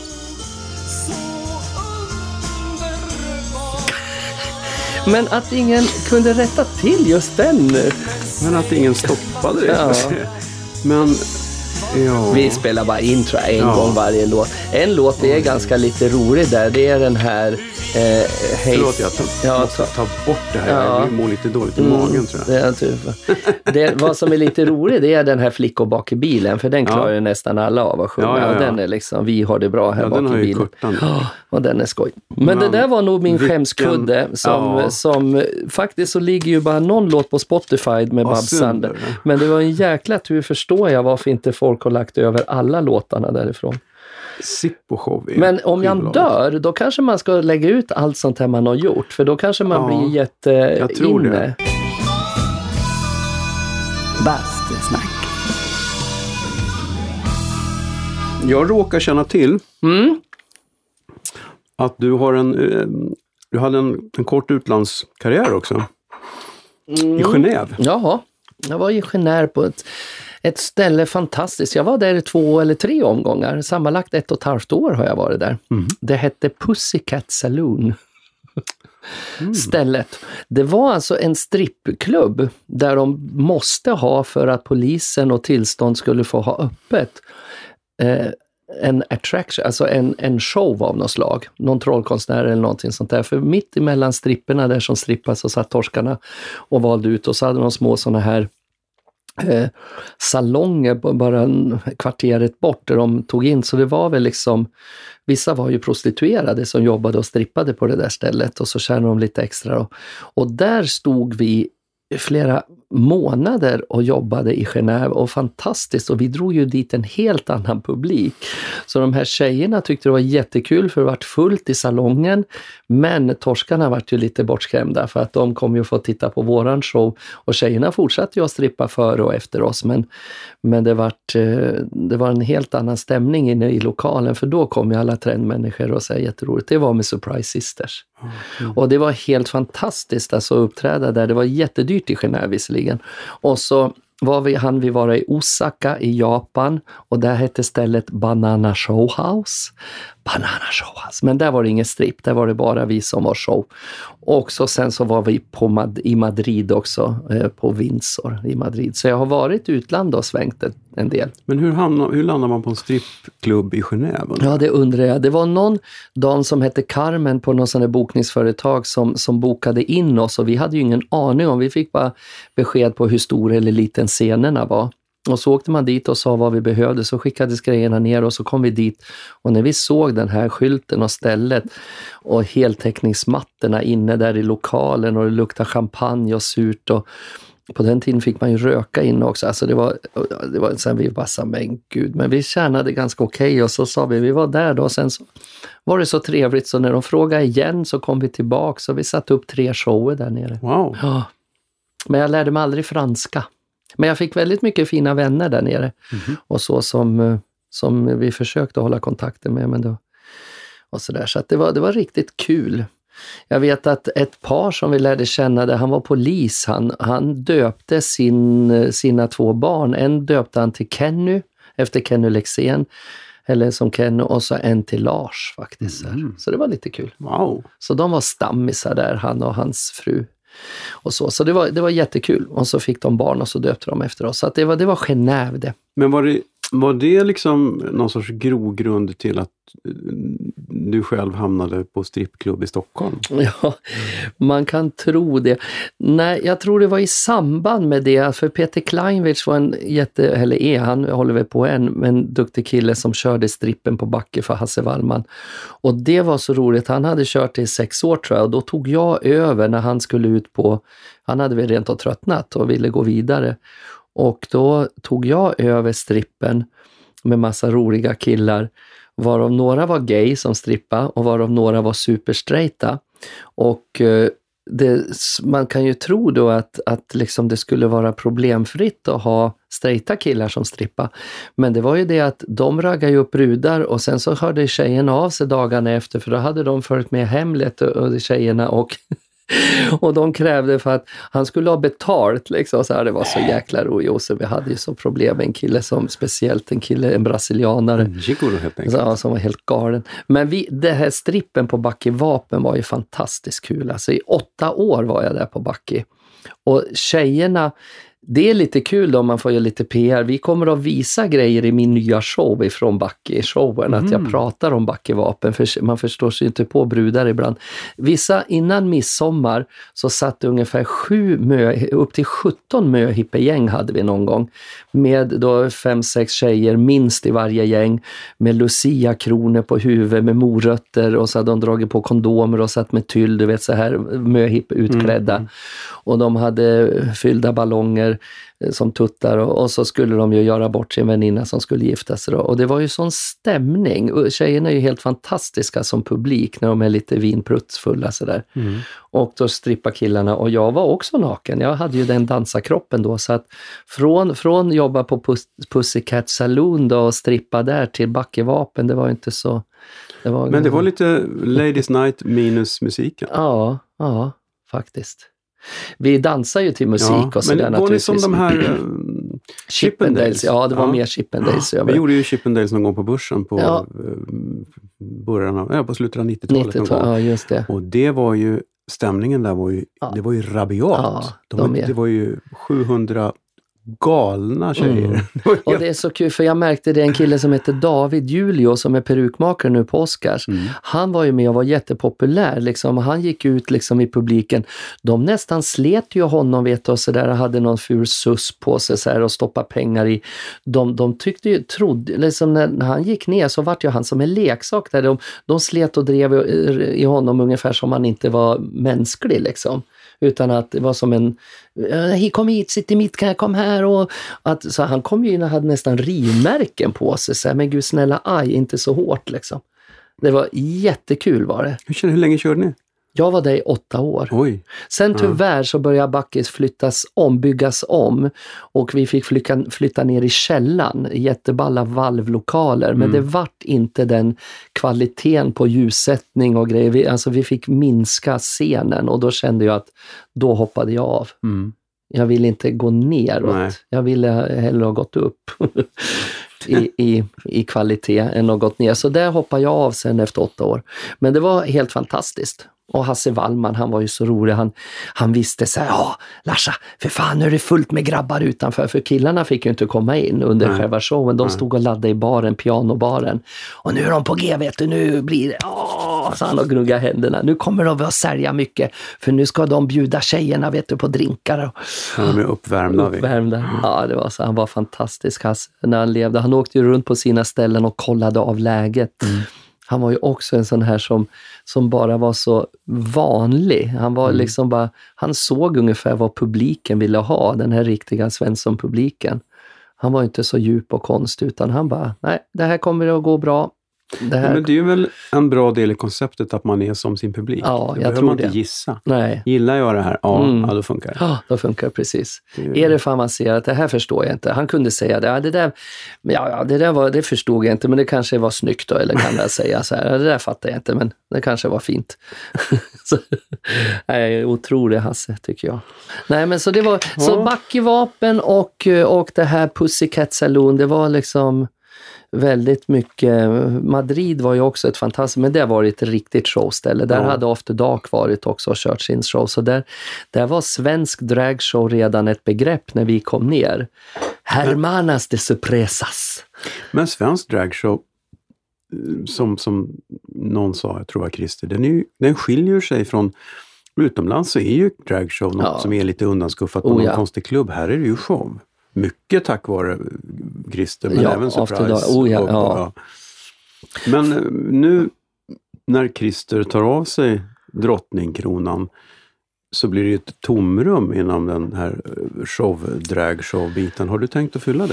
Men att ingen kunde rätta till just den. Men att ingen stoppade det. Ja. Men... Ja. Vi spelar bara intro en ja. gång varje låt. En låt är ganska lite rolig där. Det är den här... Eh, hej... Förlåt, jag tar, ja, måste ta bort det här. Ja. Jag mår lite dåligt i mm, magen, tror jag. Det är typ. det, vad som är lite roligt, det är den här Flickor bak i bilen. För den klarar ja. ju nästan alla av att sjunga. Ja, ja, ja. Och den är liksom, vi har det bra här ja, bak i bilen. Ja, och den är skoj. Men, Men det där var nog min vilken... skämskudde. Som, ja. som, faktiskt så ligger ju bara någon låt på Spotify med Babsander. Men det var en jäkla tur, förstår jag varför inte folk har lagt över alla låtarna därifrån. Sippo-show. Men om jag dör, då kanske man ska lägga ut allt sånt här man har gjort. För då kanske man ja, blir jätte jag tror inne. Det. Bastusnack. Jag råkar känna till mm. att du har en du hade en, en kort utlandskarriär också. Mm. I Genève. Jaha, jag var i Genève på ett Ett ställe fantastiskt. Jag var där i två eller tre omgångar. Sammanlagt ett och ett halvt år har jag varit där. Mm. Det hette Pussycat Saloon. Mm. Stället. Det var alltså en strippklubb där de måste ha, för att polisen och tillstånd skulle få ha öppet, eh, en attraction, alltså en, en show av något slag. Någon trollkonstnär eller någonting sånt där. För mitt emellan stripperna där som strippas så satt torskarna och valde ut, och så hade de små såna här eh, salonger bara kvarteret bort där de tog in. Så det var väl liksom, vissa var ju prostituerade som jobbade och strippade på det där stället och så tjänade de lite extra. Och, och där stod vi flera månader och jobbade i Genève och fantastiskt, och vi drog ju dit en helt annan publik. Så de här tjejerna tyckte det var jättekul för det var fullt i salongen, men torskarna var ju lite bortskrämda för att de kom ju få titta på våran show och tjejerna fortsatte ju att strippa före och efter oss, men, men det, var, det var en helt annan stämning inne i lokalen, för då kom ju alla trendmänniskor och säga jätteroligt. Det var med Surprise Sisters. Mm. Och det var helt fantastiskt alltså att uppträda där. Det var jättedyrt i Genève visserligen. Och så var vi, han vi vara i Osaka i Japan och där hette stället Banana Show House. Banana Show House. Men där var det ingen strip, där var det bara vi som var show. Och så sen så var vi på Mad- i Madrid också, eh, på Windsor i Madrid. Så jag har varit i utland och svängt en del. Men hur, hamnar, hur landar man på en strippklubb i Genève? Ja, det undrar jag. Det var någon dam som hette Carmen på någon sån där bokningsföretag som, som bokade in oss och vi hade ju ingen aning om, vi fick bara besked på hur stor eller liten scenerna var. Och så åkte man dit och sa vad vi behövde, så skickades grejerna ner och så kom vi dit. Och när vi såg den här skylten och stället och heltäckningsmattorna inne där i lokalen och det luktade champagne och surt och på den tiden fick man ju röka in också. Alltså det var, det var sen vi bara sa, men gud, men vi tjänade ganska okej okay. Och så sa vi, vi var där då och sen så var det så trevligt så när de frågade igen så kom vi tillbaka så vi satte upp tre shower där nere. Wow. Ja. Men jag lärde mig aldrig franska. Men jag fick väldigt mycket fina vänner där nere. Mm-hmm. Och så som, som vi försökte hålla kontakten med. Men då, och så där. Så att det, var, det var riktigt kul. Jag vet att ett par som vi lärde känna där, han var polis. Han, han döpte sin, sina två barn. En döpte han till Kenny, efter Kenny Lexén. Eller som Kenny, och så en till Lars faktiskt. Mm. Så det var lite kul. Wow. Så de var stammisar där, han och hans fru. Och så så det, var, det var jättekul. Och så fick de barn och så döpte de efter oss. Så att det var, det var Genève det. Men var det, var det liksom någon sorts grogrund till att du själv hamnade på strippklubb i Stockholm? Ja, man kan tro det. Nej, jag tror det var i samband med det. För Peter Kleinwitz var en jätte, eller är, han håller väl på en, en duktig kille som körde strippen på Backe för Hasse Wallman. Och det var så roligt. Han hade kört det i sex år tror jag. Och då tog jag över när han skulle ut på, han hade väl rent och tröttnat och ville gå vidare. Och då tog jag över strippen med massa roliga killar. Varav några var gay som strippa och varav några var superstraighta. Och eh, det, man kan ju tro då att, att liksom det skulle vara problemfritt att ha straighta killar som strippa. Men det var ju det att de raggade ju upp brudar och sen så hörde tjejerna av sig dagarna efter för då hade de följt med hemlet och, och tjejerna och... Och de krävde för att han skulle ha betalt liksom, så här, det var så jäkla roligt. Så vi hade ju så problem med en kille som, speciellt en kille, en brasilianare mm, helt enkelt. Så, som var helt galen. Men vi, det här strippen på Backe Vapen var ju fantastiskt kul. Alltså i åtta år var jag där på Backe. Och tjejerna, det är lite kul då, man får ju lite P R. Vi kommer att visa grejer i min nya show ifrån Backe-showen. Mm. Att jag pratar om Backe-vapen. För man förstår sig inte på brudar ibland. Vissa, innan midsommar så satt ungefär sju mö, upp till sjutton möhippegäng hade vi någon gång. Med då fem, sex tjejer minst i varje gäng. Med Lucia-kronor på huvudet, med morötter. Och så hade de dragit på kondomer och satt med tyll, du vet så här möhipp utklädda. Mm. Och de hade fyllda ballonger som tuttar och, och så skulle de ju göra bort sin väninna som skulle gifta sig då. Och det var ju sån stämning. Tjejerna är ju helt fantastiska som publik när de är lite vinprutsfulla sådär. Mm. Och då strippar killarna och jag var också naken. Jag hade ju den dansarkroppen då så att från, från jobba på Pus- Pussycat Saloon då och strippa där till Backevapen, det var inte så... Det var, Men det var lite Ladies Night minus musiken. Ja, ja, faktiskt. Vi dansar ju till musik ja, och sådär men naturligtvis. Men var ni som de här uh, Chippendales? Ja, det var ja. mer Chippendales. Ja, vi gjorde ju Chippendales någon gång på börsen på ja. början av, ja, på slutet av nittiotalet. nittiotalet ja, just det. Och det var ju, stämningen där var ju, ja. det var ju rabiat. Ja, de, de det var ju sjuhundra galna tjejer. Mm. Och det är så kul, för jag märkte det, en kille som heter David Julio som är perukmakare nu på Oscars. Mm. Han var ju med och var jättepopulär. Liksom. Han gick ut liksom i publiken. De nästan slet ju honom, vet du, och så där, hade någon ful suss på sig så här, och stoppa pengar i. De, de tyckte ju, trodde, liksom när, när han gick ner så vart ju han som en leksak där. De, de slet och drev i, i honom ungefär som han inte var mänsklig liksom. Utan att det var som en, kom hit, sitt i mitt, kan jag kom här, och att, så han kom ju in och hade nästan rivmärken på sig, så här, men gud snälla, aj, inte så hårt liksom. Det var jättekul var det. Hur, känner, hur länge körde ni? Jag var där i åtta år. Oj. Sen tyvärr så började Backis flyttas om, byggas om, och vi fick flytta, flytta ner i källan, jätteballa valvlokaler, men mm. det vart inte den kvaliteten på ljussättning och grejer. Vi, alltså vi fick minska scenen, och då kände jag att då hoppade jag av. Mm. Jag ville inte gå neråt. Nej. Jag ville hellre ha gått upp i, i, i kvalitet än att gått ner. Så där hoppade jag av sen efter åtta år. Men det var helt fantastiskt. Och Hasse Wallman, han var ju så rolig. Han, han visste så här, ja, Larsa, för fan, nu är det fullt med grabbar utanför. För killarna fick ju inte komma in under Nej. själva showen. De stod och laddade i baren, pianobaren. Och nu är de på G, vet du, nu blir det, åh, så han och gnugga händerna. Nu kommer de att sälja mycket. För nu ska de bjuda tjejerna, vet du, på drinkar. Ja, de är uppvärmda. uppvärmda. Ja, det var så. Han var fantastisk, Hasse, när han levde. Han åkte ju runt på sina ställen och kollade av läget. Mm. Han var ju också en sån här som, som bara var så vanlig. Han var mm. liksom bara, han såg ungefär vad publiken ville ha, den här riktiga Svensson-publiken. Han var inte så djup och konst, utan han bara, nej, det här kommer att gå bra. Det här... ja, men det är ju väl en bra del i konceptet att man är som sin publik. Ja, det jag tror man det. inte gissa. Nej. Gillar jag det här? Ja, mm. ja, då funkar det. Ja, då funkar det precis. Det är, är det för man ser att det här förstår jag inte. Han kunde säga det. Ja, det där, ja, ja, det där var, det förstod jag inte, men det kanske var snyggt då, eller kan jag säga så här. Ja, det där fattar jag inte, men det kanske var fint. så, nej, otrolig Hasse, tycker jag. Nej, men så det var, ja. så Backevapen och, och det här Pussycat Saloon, det var liksom väldigt mycket. Madrid var ju också ett fantastiskt, men det var ett riktigt showställe. Där ja. hade After Dark varit också och kört sin show. Så där, där var svensk dragshow redan ett begrepp när vi kom ner. Hermanas de Sorpresas. Men svensk dragshow, som, som någon sa, jag tror det var Christer, den, är ju, den skiljer sig från utomlands, så är ju dragshow något ja. som är lite undanskuffat på oh, någon ja. konstig klubb. Här är det ju show. Mycket tack vare Christer, men ja, även Surprise. Oh, ja, och, ja. Ja. Men nu när Christer tar av sig drottningkronan så blir det ju ett tomrum inom den här show, drag-show-biten. Har du tänkt att fylla det?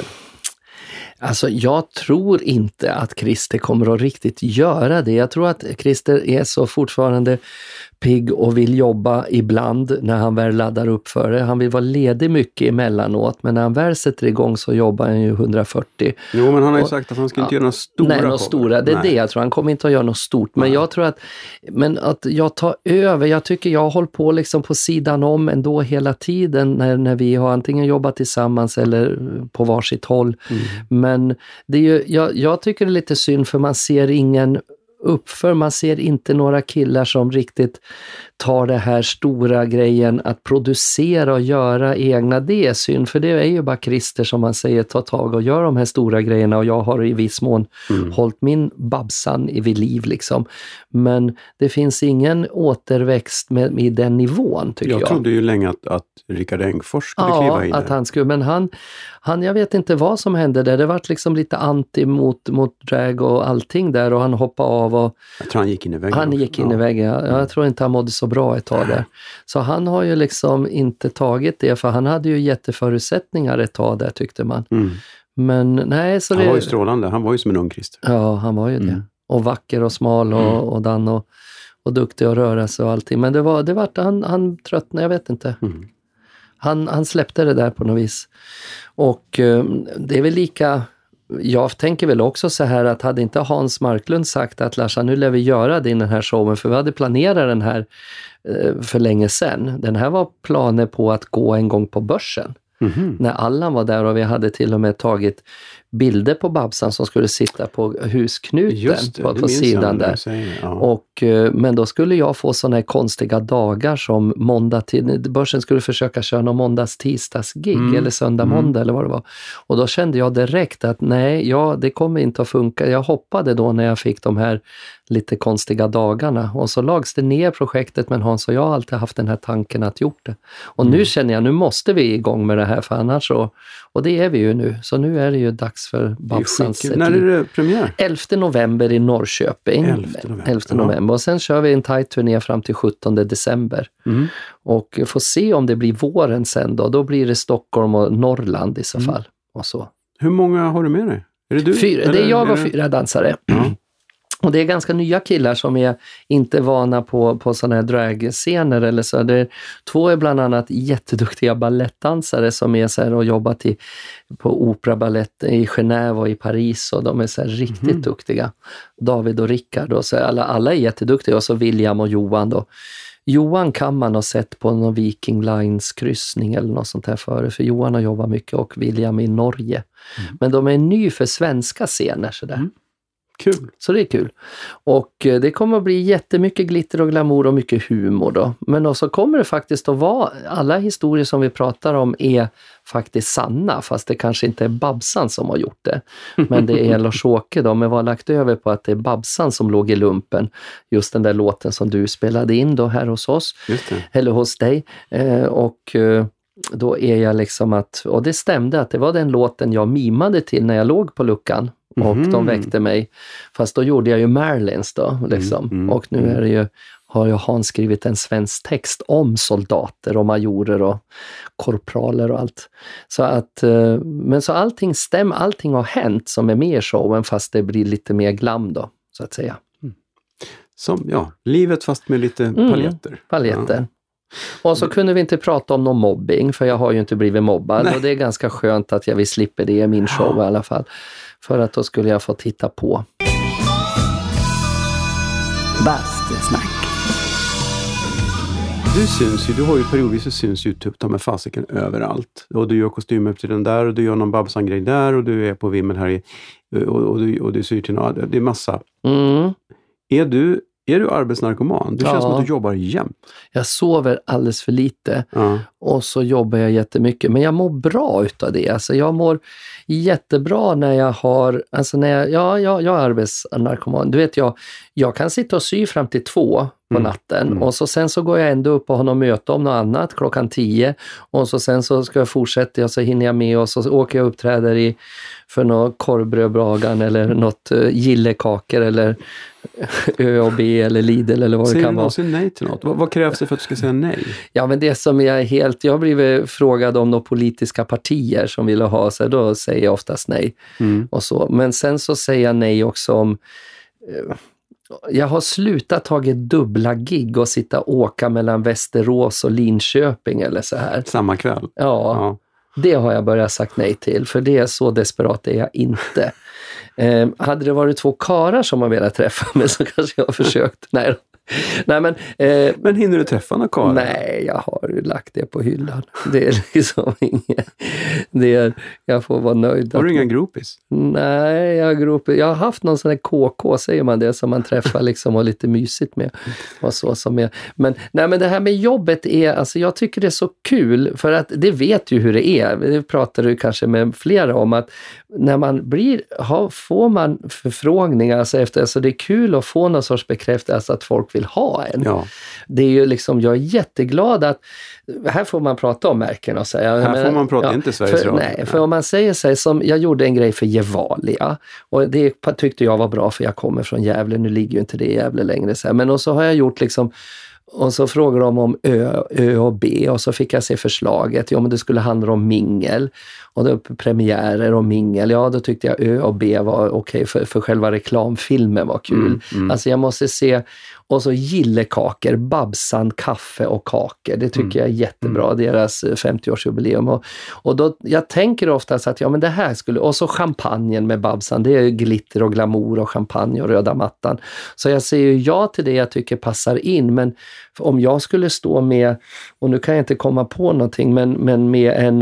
Alltså jag tror inte att Christer kommer att riktigt göra det. Jag tror att Christer är så fortfarande pigg och vill jobba ibland när han väl laddar upp för det. Han vill vara ledig mycket emellanåt, men när han väl sätter igång så jobbar han ju hundrafyrtio. Jo, men han har ju och, sagt att han ska ja, inte göra några stora. Nej, några stora. Det är nej. det jag tror. Han kommer inte att göra något stort. Men nej. jag tror att, men att jag tar över. Jag tycker jag har hållit på liksom på sidan om ändå hela tiden när, när vi har antingen jobbat tillsammans eller på varsitt håll. Mm. Men det är ju, jag, jag tycker det är lite synd, för man ser ingen uppför, man ser inte några killar som riktigt tar det här stora grejen att producera och göra egna. Det är synd, för det är ju bara Christer som man säger tar tag och gör de här stora grejerna, och jag har i viss mån mm. hållit min Babsan i vid liv liksom. Men det finns ingen återväxt med, med den nivån, tycker jag. Jag trodde ju länge att, att Rickard Engfors skulle ja, kliva in att han skulle, men han, han, jag vet inte vad som hände där. Det var liksom lite anti mot, mot drag och allting där, och han hoppade av och jag tror han gick in i väggen. Han gick in ja. i väggen, ja. Jag tror inte han mådde så bra ett tag där. Så han har ju liksom inte tagit det, för han hade ju jätteförutsättningar ett tag där, tyckte man. Mm. Men nej, så han det... var ju strålande, han var ju som en ung Christer. Ja, han var ju mm. det. Och vacker och smal och, mm. och dan och, och duktig att röra sig och allting. Men det var, det var han, han tröttnade, jag vet inte. Mm. Han, han släppte det där på något vis. Och um, det är väl lika... Jag tänker väl också så här att hade inte Hans Marklund sagt att Larsa, nu lär vi göra det i den här showen, för vi hade planerat den här eh, för länge sedan. Den här var planer på att gå en gång på börsen. Mm-hmm. När Allan var där, och vi hade till och med tagit bilder på Babsan som skulle sitta på husknuten Just det, på, det på minns sidan jag när där. du säger, ja. Och, eh, men då skulle jag få såna här konstiga dagar som måndag till, börsen skulle försöka köra någon måndags tisdagsgig Mm. eller söndag Mm. måndag eller vad det var. Och då kände jag direkt att nej, ja, det kommer inte att funka. Jag hoppade då när jag fick de här lite konstiga dagarna. Och så lags det ner projektet, men Hans och jag har alltid haft den här tanken att gjort det. Och Mm. nu känner jag, nu måste vi igång med det här, för annars så, och det är vi ju nu. Så nu är det ju dags för Det är Babsans. skitkul. När är det premiär? elfte november i Norrköping. elfte november, elfte ja. november. Och sen kör vi en tight turné fram till sjuttonde december. Mm. Och får se om det blir våren sen då. Då blir det Stockholm och Norrland i så Mm. fall. Och så. Hur många har du med dig? Är det du? Fyra, det Eller är jag och är det- fyra dansare. Ja. Och det är ganska nya killar som är inte vana på, på sådana här dragscener eller så. Det är, två är bland annat jätteduktiga ballettdansare som är så här och jobbat i, på opera ballett i Genève och i Paris, och de är så här riktigt Mhm. duktiga. David och Rickard, och så alla, alla är jätteduktiga, och så William och Johan då. Johan kan man ha sett på någon Viking Lines kryssning eller något sånt här före, för Johan har jobbat mycket, och William i Norge. Mm. Men de är ny för svenska scener sådär. Mm. Kul. Så det är kul. Och eh, det kommer att bli jättemycket glitter och glamour och mycket humor då. Men så kommer det faktiskt att vara, alla historier som vi pratar om är faktiskt sanna, fast det kanske inte är Babsan som har gjort det. Men det är Lars-Åke då, men vi har lagt över på att det är Babsan som låg i lumpen. Just den där låten som du spelade in då här hos oss, Just det. eller hos dig. Eh, och eh, då är jag liksom att, och det stämde att det var den låten jag mimade till när jag låg på luckan. Och Mhm. de väckte mig. Fast då gjorde jag ju Marlins då. Liksom. Mm, mm, och nu är det ju, har jag Hans skrivit en svensk text om soldater och majorer och korpraler och allt. Så att, eh, men så allting stämmer, allting har hänt som är med i showen, fast det blir lite mer glam då, så att säga. Som, ja, livet fast med lite Mm. paljetter. Paljetter. Och så kunde vi inte prata om någon mobbing, för jag har ju inte blivit mobbad. Nej. Och det är ganska skönt att jag vill slippa det i min show i alla fall. För att då skulle jag få titta på. Bastusnack. Du syns ju, du har ju periodvis så syns YouTube ta med fasiken överallt. Och du gör kostymer till den där, och du gör någon Babsan-grej där, och du är på Vimmel här i, och, och, du, och du syr till något, det är massa. Mm. Är du, är du arbetsnarkoman? Det känns Ja. som att du jobbar jämt. Jag sover alldeles för lite. Ja. Och så jobbar jag jättemycket. Men jag mår bra utav det. Alltså jag mår jättebra när jag har, alltså när jag, ja, jag, jag är arbetsnarkoman. Du vet, jag, jag kan sitta och sy fram till två på Mm. natten. Mm. Och så sen så går jag ändå upp och har något möte om något annat klockan tio. Och så sen så ska jag fortsätta och så hinner jag med, och så åker jag och uppträder i, för något korvbrödbragan eller något uh, gillekakor eller Ö och B eller Lidl eller vad det Säger du kan vara. någonsin nej till något? Vad, vad krävs det för att du ska säga nej? Ja, men det som jag är helt, jag har blivit frågad om några politiska partier som vill ha sig, då säger jag oftast nej. Mm. Och så. Men sen så säger jag nej också om, eh, jag har slutat tagit dubbla gig och sitta och åka mellan Västerås och Linköping eller så här. Samma kväll? Ja, Ja. det har jag börjat sagt nej till, för det är så desperat är jag inte. Eh, hade det varit två karar som har velat träffa mig så kanske jag har försökt. Nej, då. nej men... Eh, Men hinner du träffa några karlar? Nej, jag har ju lagt det på hyllan. Det är liksom inget... Det är, jag får vara nöjd. Har du att- inga groupies? Nej, jag, grop, jag har haft någon sån här K K, säger man det, som man träffar liksom och lite mysigt med. Och så som är. Men, nej, men det här med jobbet är, alltså jag tycker det är så kul, för att det vet ju hur det är. Det pratar du kanske med flera om, att när man blir, har, får man förfrågningar alltså efter, alltså det är kul att få någon sorts bekräftelse att folk vill ha en. Ja. Det är ju liksom, jag är jätteglad att, här får man prata om märken och säga. Här får man prata, inte Sveriges för, Radio. Nej, för om man säger sig, som jag gjorde en grej för Gevalia, och det tyckte jag var bra, för jag kommer från Gävle, nu ligger ju inte det i Gävle längre, så här. Men och så har jag gjort liksom, och så frågar de om Ö, Ö och B, och så fick jag se förslaget, ja men det skulle handla om mingel, och då premiärer och mingel, ja då tyckte jag Ö och B var okej, okay, för, för själva reklamfilmen var kul. Mm, mm. Alltså jag måste se, och så gillekakor, Babsan, kaffe och kakor, det tycker Mm. jag är jättebra, mm. deras femtioårsjubileum. Och, och då, jag tänker oftast att ja men det här skulle, och så champagnen med Babsan, det är ju glitter och glamour och champagne och röda mattan. Så jag säger ju ja till det jag tycker passar in, men om jag skulle stå med, och nu kan jag inte komma på någonting, men, men med en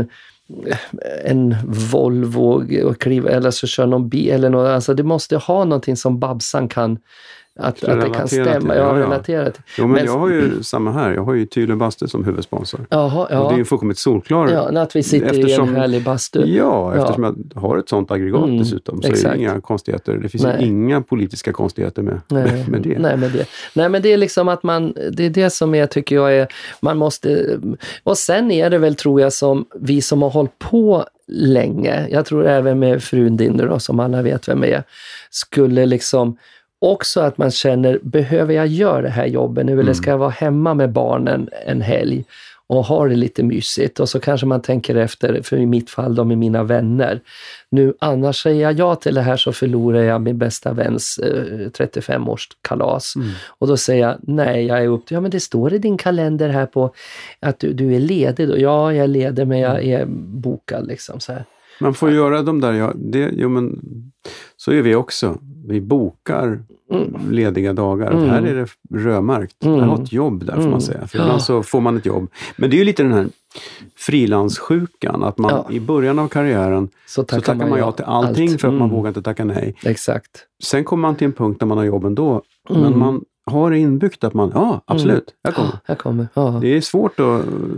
en Volvo och kliva, eller så kör någon bil eller något. Alltså det måste ha någonting som Babsan kan, att, att det kan stämma. Ja, ja. Relatera till. Jo, men, men jag har ju samma här. Jag har ju Tylö Bastu som huvudsponsor. Jaha, ja. Och det är ju fullkomligt solklar. Ja, att vi sitter eftersom, i en härlig bastu. Ja, eftersom ja. jag har ett sånt aggregat mm, dessutom. Så exakt. Är det inga konstigheter. Det finns ju inga politiska konstigheter med, Nej. med det. Nej, med det. Nej, men det är liksom att man, det är det som jag tycker jag är, man måste, och sen är det väl tror jag som vi som har hållit på länge, jag tror även med frun Dinder då, som alla vet vem är, skulle liksom också att man känner, behöver jag göra det här jobbet nu eller Mm. ska jag vara hemma med barnen en helg och ha det lite mysigt, och så kanske man tänker efter, för i mitt fall de är mina vänner. Nu annars säger jag ja till det här så förlorar jag min bästa väns eh, trettiofem-års kalas. Mm. Och då säger jag nej, jag är upp till, ja men det står i din kalender här på att du, du är ledig då. Ja, jag är ledig men jag är bokad liksom så här. Man får göra de där, ja, det, jo men så är vi också. Vi bokar mm. lediga dagar. Mm. Här är det rödmärkt. Mm. Jag har ett jobb där får mm. man säga. För ibland så får man ett jobb. Men det är ju lite den här frilanssjukan. Att man ja. i början av karriären så tackar, så tackar man ja till allting allt. för att mm. man vågar inte tacka nej. Exakt. Sen kommer man till en punkt där man har jobb ändå. Mm. Men man har inbyggt att man, ja absolut, mm. jag kommer. Ja, jag kommer. Ja. Det är svårt att...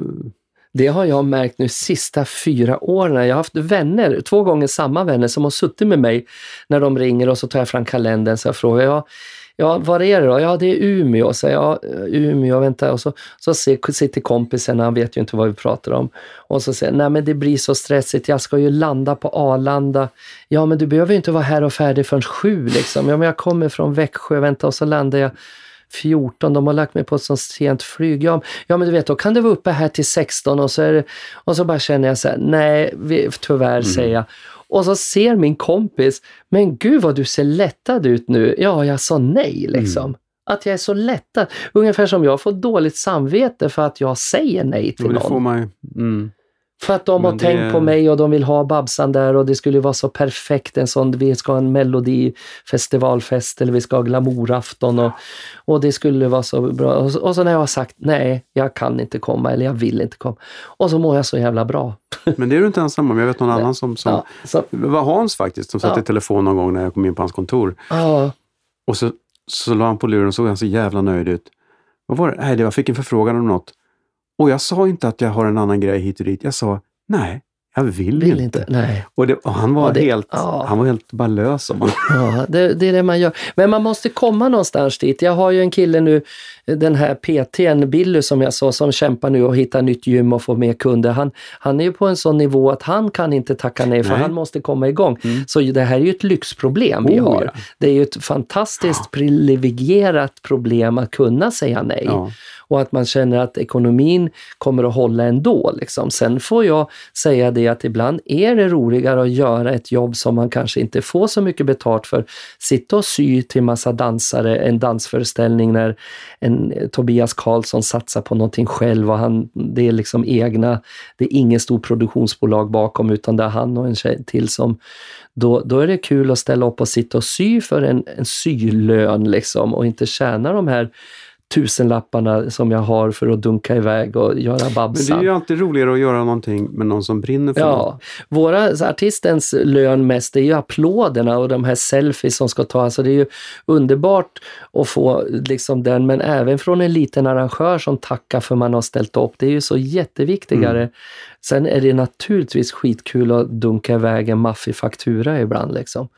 Det har jag märkt nu sista fyra åren. Jag har haft vänner, två gånger samma vänner som har suttit med mig när de ringer och så tar jag fram kalendern så jag frågar, ja, ja vad är det då? Ja, det är Umeå. Så jag, Umeå, vänta. Och så, så sitter kompisen, han vet ju inte vad vi pratar om. Och så säger nej men det blir så stressigt, jag ska ju landa på Arlanda. Ja, men du behöver ju inte vara här och färdig förrän sju liksom. Ja, men jag kommer från Växjö, vänta, och så landar jag fjorton, de har lagt mig på ett sånt sent flyg. Ja, ja men du vet, då kan det vara uppe här till sexton och så är det, och så bara känner jag så här, nej, vi, tyvärr mm. säger jag. Och så ser min kompis, men gud vad du ser lättad ut nu. Ja, jag sa nej liksom. Mm. Att jag är så lättad. Ungefär som jag får dåligt samvete för att jag säger nej till jo, det någon. Får man, mm. För att de men har det... tänkt på mig och de vill ha Babsan där och det skulle vara så perfekt en sån, vi ska ha en melodifestivalfest eller vi ska ha glamourafton och, och det skulle vara så bra. Och så, och så när jag har sagt nej, jag kan inte komma eller jag vill inte komma. Och så mår jag så jävla bra. Men det är du inte ensam om, jag vet någon nej. annan som, som ja, så... det var Hans faktiskt som satt ja. i telefon någon gång när jag kom in på hans kontor. Ja. Och så, så la han på luren och såg han så jävla nöjd ut. Vad var det? Nej, det var, jag fick en förfrågan om något. Och jag sa inte att jag har en annan grej hit och dit. Jag sa, nej, jag vill, vill inte. inte. Nej. Och, det, och han var ja, det, helt ja. han var helt bara lös om man. Ja, det, det är det man gör. Men man måste komma någonstans dit. Jag har ju en kille nu, den här P T:n Billy som jag sa, som kämpar nu och hittar nytt gym och får mer kunder. Han, han är ju på en sån nivå att han kan inte tacka nej för nej. han måste komma igång. Mm. Så det här är ju ett lyxproblem vi oh, har. Ja. Det är ju ett fantastiskt ja. privilegierat problem att kunna säga nej. Ja. Och att man känner att ekonomin kommer att hålla ändå. Liksom. Sen får jag säga det att ibland är det roligare att göra ett jobb som man kanske inte får så mycket betalt för. Sitta och sy till massa dansare, en dansföreställning när en Tobias Karlsson satsar på någonting själv och han, det är liksom egna, det är ingen stor produktionsbolag bakom utan det är han och en tjej till som då, då är det kul att ställa upp och sitta och sy för en, en sylön liksom och inte tjäna de här tusenlapparna som jag har för att dunka iväg och göra Babsan. Men det är ju alltid roligare att göra någonting med någon som brinner för ja, något. Våra artistens lön mest det är ju applåderna och de här selfies som ska ta. Alltså det är ju underbart att få liksom den, men även från en liten arrangör som tackar för man har ställt upp. Det är ju så jätteviktigare. Mm. Sen är det naturligtvis skitkul att dunka iväg en maffig faktura ibland liksom.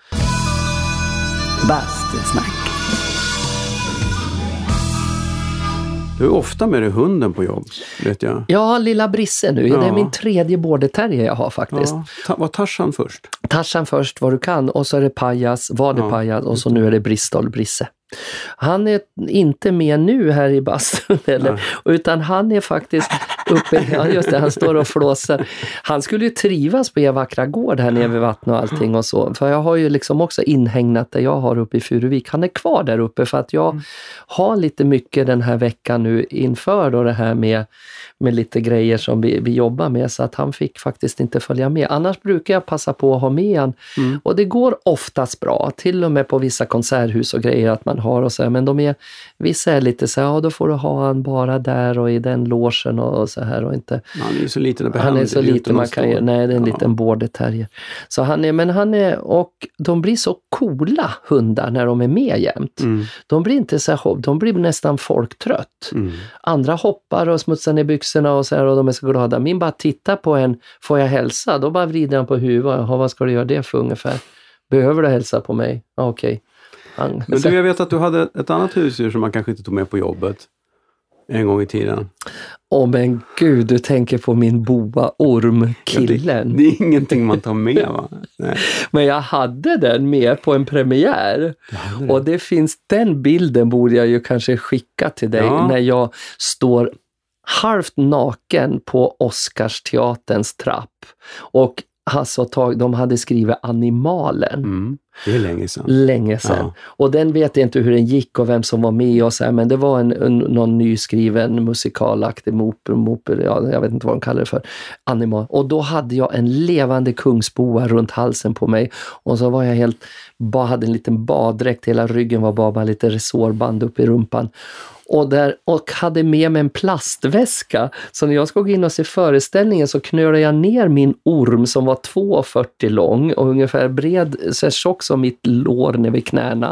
Bastusnack. Du är ofta med dig hunden på jobb, vet jag. Ja, lilla Brisse nu. Ja. Det är min tredje border terrier jag har faktiskt. Ja. Ta- var Tarzan först? Tarzan först, vad du kan. Och så är det Pajas, var det ja. Pajas. Och så nu är det Bristol Brisse. Han är inte med nu här i bastun, eller, utan han är faktiskt uppe, ja just det, han står och flåsar. Han skulle ju trivas på er vackra gård här nere vid vattnet och allting och så. För jag har ju liksom också inhägnat det jag har uppe i Furuvik. Han är kvar där uppe för att jag mm. har lite mycket den här veckan nu inför då det här med, med lite grejer som vi, vi jobbar med, så att han fick faktiskt inte följa med. Annars brukar jag passa på att ha med han. Mm. Och det går oftast bra, till och med på vissa konserthus och grejer att man har och så här, men de är, vissa är lite så här, ja då får du ha han bara där och i den logen och, och så så här och inte... Han är ju så liten. Han är så liten man kan ju... Nej, det är en ja. liten border terrier. Så han är, men han är... Och de blir så coola hundar när de är med jämt. Mm. De blir inte så här... De blir nästan folktrött. Mm. Andra hoppar och smutsar ner byxorna och så här och de är så glada. Min bara titta på en, får jag hälsa? Då bara vrider han på huvudet. Jaha, vad ska du göra det för ungefär? Behöver du hälsa på mig? Ja, okej. Okay. Han, men du, jag vet att du hade ett annat husdjur som man kanske inte tog med på jobbet en gång i tiden. Åh oh, men gud, du tänker på min boa orm-killen. Ja, det, det är ingenting man tar med va? Nej. Men jag hade den med på en premiär. Det. Och det finns, den bilden borde jag ju kanske skicka till dig ja. när jag står halvt naken på Oscarsteaterns trapp. Och Hasse och Tage, de hade skrivit Animalen. Mm. Det är länge sedan. Länge sedan. Ja. Och den vet jag inte hur den gick och vem som var med och så här, men det var en, en, någon nyskriven musikalaktig moper, moper, ja, jag vet inte vad de kallar det för, animal. Och då hade jag en levande kungsboa runt halsen på mig och så var jag helt, bara hade en liten baddräkt, hela ryggen var bara lite resårband upp i rumpan. Och, där, och hade med mig en plastväska. Så när jag ska gå in och se föreställningen så knölade jag ner min orm som var två komma fyrtio lång och ungefär bred, så tjock som mitt lår ner vid knäna,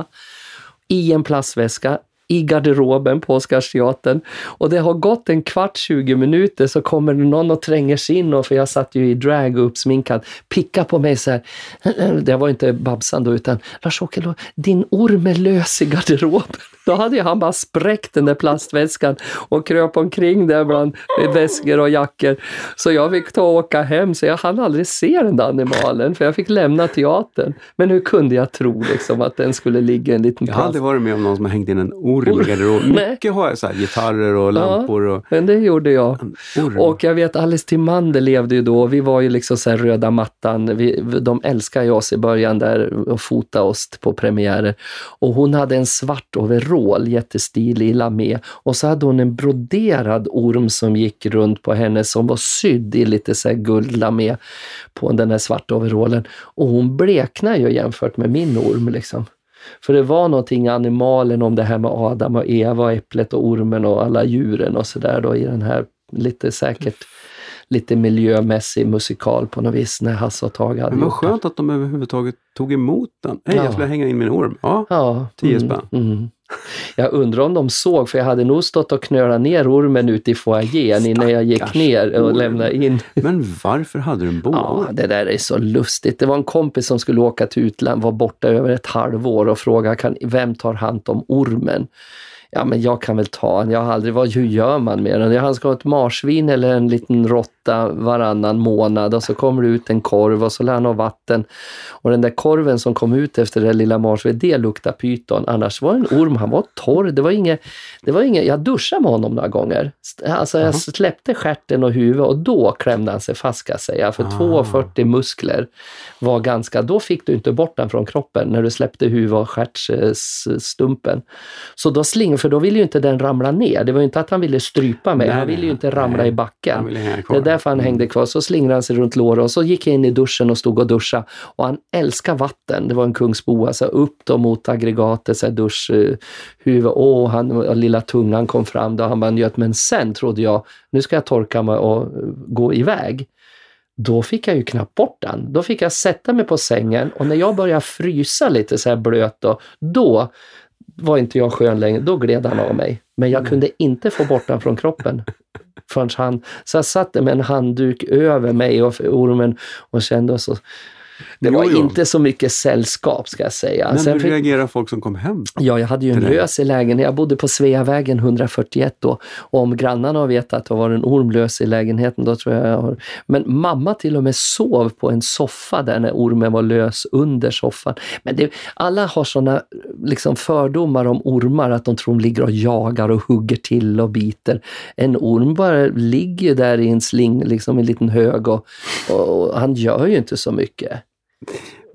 i en plastväska i garderoben på Oscarsteatern. Och det har gått en kvart, tjugo minuter så kommer det någon och tränger sig in och för jag satt ju i drag upp sminkad, picka på mig så här. Det var inte Babsan då utan Lars-Åke, din orm är lös i garderoben. Då hade ju han bara spräckt den där plastväskan och kröp omkring där bland väskor och jackor. Så jag fick ta och åka hem så jag hann aldrig se den där animalen för jag fick lämna teatern. Men hur kunde jag tro liksom att den skulle ligga en liten plast? Jag har aldrig varit med om någon som har hängt in en orm i garderoben. Mycket har jag så här, gitarrer och lampor. Och... Ja, men det gjorde jag. Och jag vet, Alice Timander levde ju då. Vi var ju liksom så här röda mattan. Vi, de älskar ju oss i början där och fota oss på premiärer. Och hon hade en svart overall, jättestilig lamé. Och så hade hon en broderad orm som gick runt på henne som var sydd i lite så här guldlamé på den här svarta overallen. Och hon bleknar ju jämfört med min orm liksom. För det var någonting animalen om det här med Adam och Eva, äpplet och ormen och alla djuren och sådär då i den här lite säkert lite miljömässig musikal på något vis när Hasse och Tage hade. Men vad skönt att de överhuvudtaget tog emot den. Hej, ja. Jag skulle hänga in min orm. Ja, ja. tio spänn. Mm, mm. Jag undrar om de såg, för jag hade nog stått och knölat ner ormen ut i foajén innan jag gick ner och orm. lämnade in. Men varför hade du en boa? Ja, det där är så lustigt. Det var en kompis som skulle åka till utland, var borta över ett halvår och frågade, kan, vem tar hand om ormen? Ja, men jag kan väl ta den. Jag har aldrig varit, hur gör man med den? Han ska ha ett marsvin eller en liten råtta varannan månad och så kommer det ut en korv och så lär han ha vatten. Och den där korven som kom ut efter det lilla marsvinet, det luktar pyton. Annars var en orm, han var torr. Det var inget, det var inget, jag duschade med honom några gånger. Alltså jag uh-huh. släppte stjärten och huvudet och då klämde han sig fast, ska jag säga. För uh-huh. två komma fyrtio muskler var ganska, då fick du inte bort den från kroppen när du släppte huvudet och stjärtstumpen. Så då sling, för då ville ju inte den ramla ner. Det var ju inte att han ville strypa mig. Nej, han ville ju inte ramla nej, i backen. Det är därför han mm. hängde kvar. Så slingrade han sig runt låret och så gick jag in i duschen och stod och duscha. Och han älskar vatten. Det var en kungsboa. Så upp då mot aggregatet, så duschhuvud. Åh, han, och lilla tungan kom fram. Då han bara njöt. Men sen trodde jag, nu ska jag torka mig och gå iväg. Då fick jag ju knappt bort den. Då fick jag sätta mig på sängen. Och när jag började frysa lite så här blöt då, då var inte jag skön längre, då gled han av mig. Men jag kunde inte få bort den från kroppen. Förrän han, så jag satte med en handduk över mig och ormen och kände så. Det var jo, jo. inte så mycket sällskap, ska jag säga. Men Sen hur fick... reagerar folk som kom hem? Ja, jag hade ju en lös i lägenheten. Jag bodde på Sveavägen hundrafyrtioett då. Och om grannarna har vetat att det var en ormlös i lägenheten, då tror jag jag har... Men mamma till och med sov på en soffa där när ormen var lös under soffan. Men det, alla har sådana liksom fördomar om ormar, att de tror de ligger och jagar och hugger till och biter. En orm bara ligger där i en sling, liksom en liten hög och, och han gör ju inte så mycket.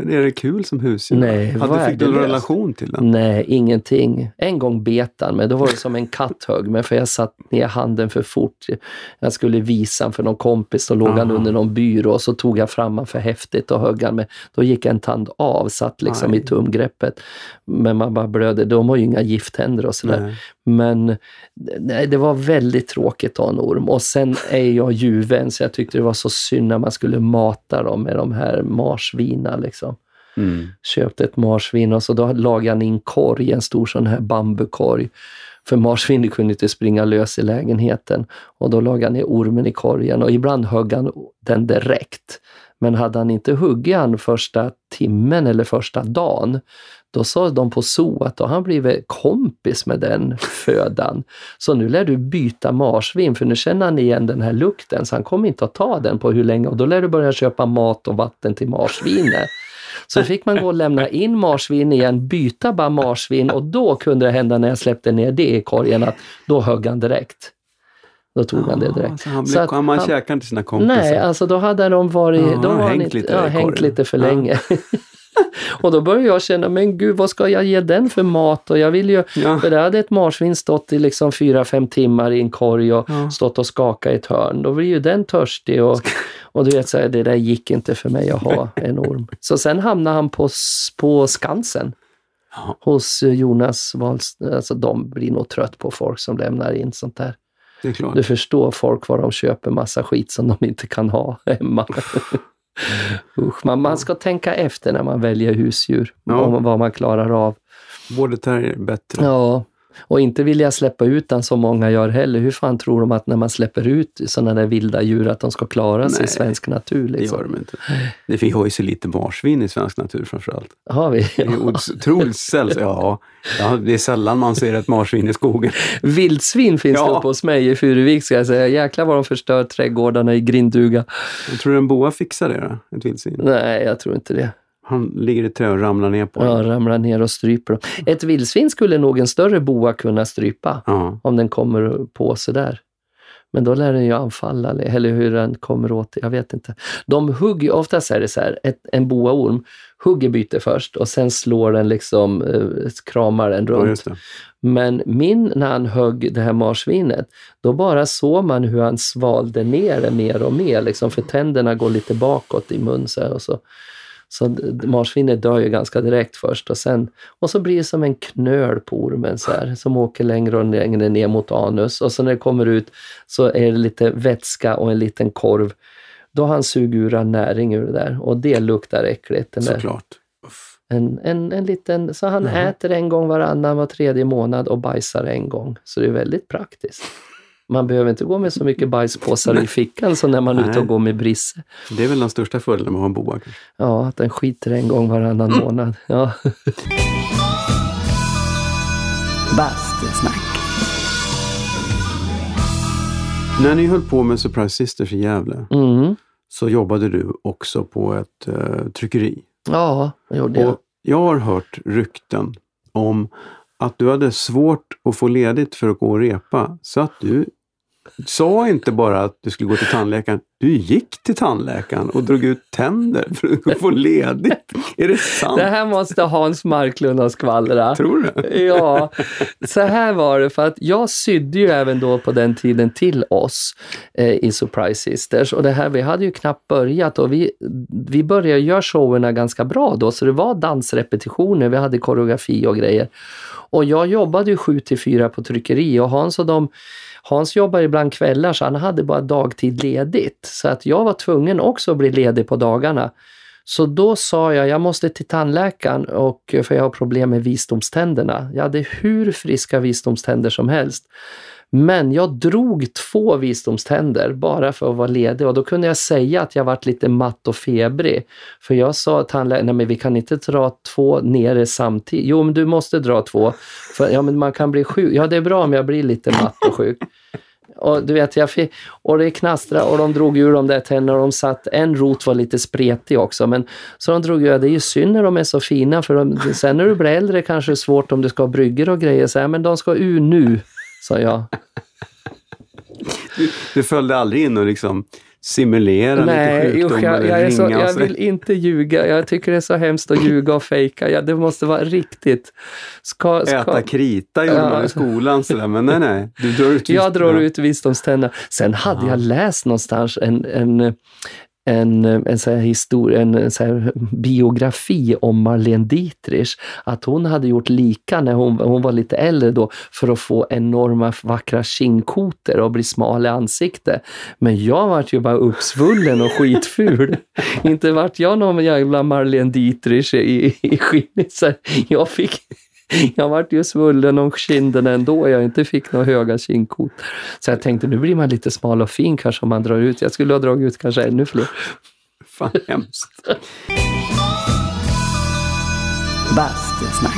Men är det kul som husdjur? Nej, Hade, fick du en relation till den? Nej, ingenting. En gång bet han, men då var det som en katthög. Men för jag satt ner handen för fort. Jag skulle visa han för någon kompis och låg han under någon byrå. Och så tog jag fram han för häftigt och högg han med. Då gick en tand av, satt liksom Aj. i tumgreppet. Men man bara blöder. De har ju inga gifthänder och sådär. Nej. Men nej, det var väldigt tråkigt att ha en orm. Och sen är jag djurvän, så jag tyckte det var så synd när man skulle mata dem med de här marsvina liksom. Mm. Köpte ett marsvin och så då lagade han in korg, en stor sån här bambukorg. För marsvin kunde inte springa lös i lägenheten. Och då lagade han ner ormen i korgen och ibland högg han den direkt. Men hade han inte huggit han första timmen eller första dagen, då sa de på zoo att då han blivit kompis med den födan. Så nu lär du byta marsvin, för nu känner han igen den här lukten, så han kommer inte att ta den på hur länge. Och då lär du börja köpa mat och vatten till marsvinet. Så fick man gå och lämna in marsvin igen, byta bara marsvin, och då kunde det hända när jag släppte ner det i korgen att då högg han direkt. Då tog ja, han det direkt. Så han blev, så att, man käkade till sina kompisar? Nej, alltså då hade de varit, ja, då var hängt, inte, lite, ja, hängt lite för ja. länge. Och då började jag känna, men gud, vad ska jag ge den för mat? Och jag vill ju, ja. för det hade ett marsvin stått i liksom fyra, fem timmar i en korg och ja. stått och skakat i ett hörn. Då blir ju den törstig och, och du vet så här, det där gick inte för mig att ha en orm. Så sen hamnade han på, på Skansen. Ja. Hos Jonas Wals, alltså de blir nog trött på folk som lämnar in sånt där. Det är klart. Du förstår folk vad de köper massa skit som de inte kan ha hemma. Usch, man, man ska tänka efter när man väljer husdjur. Ja. Om vad man klarar av. Både terrier bättre. Ja, och inte vill jag släppa ut den som många gör heller. Hur fan tror de att när man släpper ut sådana där vilda djur att de ska klara sig Nej, i svensk natur? Liksom? Det gör de inte. Det finns ju så lite marsvin i svensk natur framförallt. Har vi? Det är otroligt sällsynt. Ja, ja, det är sällan man ser ett marsvin i skogen. Vildsvin finns ja. det uppe hos mig i Furuvik, ska jag säga. Jäklar vad de förstör trädgårdarna i Grinduga. Jag tror en boa fixar det då, ett vildsvin? Nej, jag tror inte det. Han ligger i trä och ramlar ner på Ja, ramlar ner och stryper dem. Ett vildsvin skulle nog en större boa kunna strypa. Ja. Om den kommer på sig där. Men då lär den ju anfalla. Eller hur den kommer åt, jag vet inte. De hugger, oftast är det så här. Ett, en boaorm hugger byte först. Och sen slår den liksom, eh, kramar den runt. Ja, men min, när han högg det här marsvinet, då bara såg man hur han svalde ner det mer och mer. Liksom, för tänderna går lite bakåt i mun så här, och så. Så marsvinet dör ju ganska direkt först och sen, och så blir det som en knöl på ormen så här, som åker längre och längre ner mot anus, och så när det kommer ut så är det lite vätska och en liten korv. Då har han sugit ur en näring ur det där, och det luktar äckligt. Den Såklart. En, en, en liten, så han mm. äter en gång varannan var tredje månad och bajsar en gång, så det är väldigt praktiskt. Man behöver inte gå med så mycket bajspåsar i fickan som när man är ute och går med brisse. Det är väl den största fördelen med att ha en boa. Ja, att den skiter en gång varannan mm. månad. Ja. Bastusnack. När ni höll på med Surprise Sisters i Gävle mm. så jobbade du också på ett uh, tryckeri. Ja, jag gjorde det. Och jag har hört rykten om att du hade svårt att få ledigt för att gå och repa. Så att du sa inte bara att du skulle gå till tandläkaren. Du gick till tandläkaren och drog ut tänder för att få ledigt. Är det sant? Det här måste Hans Marklund ha skvallra. Tror du? Ja, så här var det. För att jag sydde ju även då på den tiden till oss eh, i Surprise Sisters. Och det här, vi hade ju knappt börjat. Och vi, vi började göra showerna ganska bra då. Så det var dansrepetitioner. Vi hade koreografi och grejer. Och jag jobbade ju sju till fyra på tryckeri. Och Hans och de... Hans jobbar ibland kvällar, så han hade bara dagtid ledigt. Så att jag var tvungen också att bli ledig på dagarna. Så då sa jag, jag måste till tandläkaren, och, för jag har problem med visdomständerna. Jag hade hur friska visdomständer som helst. Men jag drog två visdomständer bara för att vara ledig, och då kunde jag säga att jag varit lite matt och febrig. För jag sa till tandläkaren, nej men vi kan inte dra två nere samtidigt. Jo, men du måste dra två. För ja, men man kan bli sjuk. Ja, det är bra om jag blir lite matt och sjuk. Och du vet, jag fick, och det knastra, och de drog ur de där tänderna, och de satt, en rot var lite spretig också, men så de drog ur, det är ju synd när de är så fina, för de, sen när du blir äldre kanske det är svårt om du ska ha brygger och grejer, så här, men de ska ur nu, sa jag. Du, du följde aldrig in och liksom simulera Nej, lite sjukdom usch, jag, eller jag, är så, ringa och jag så. vill inte ljuga. Jag tycker det är så hemskt att ljuga och fejka. Ja, det måste vara riktigt. Ska, ska... Äta krita gjorde Ja. man i skolan, så där. Men nej, nej. Du drar ut Jag drar ja. ut visdomständerna. Sen hade Ja. jag läst någonstans en, en, en, en, så här historia, en så här biografi om Marlene Dietrich. Att hon hade gjort lika när hon, hon var lite äldre då för att få enorma vackra kindkotor och bli smal i ansikte. Men jag vart ju bara uppsvullen och skitful. Inte vart jag någon jävla Marlene Dietrich i, i skinnet. Så jag fick... Jag vart ju svullen om kinden ändå. Jag inte fick några höga kindkot. Så jag tänkte, nu blir man lite smal och fin kanske om man drar ut. Jag skulle ha dragit ut kanske ännu fler. Fan, hemskt. Bastusnack.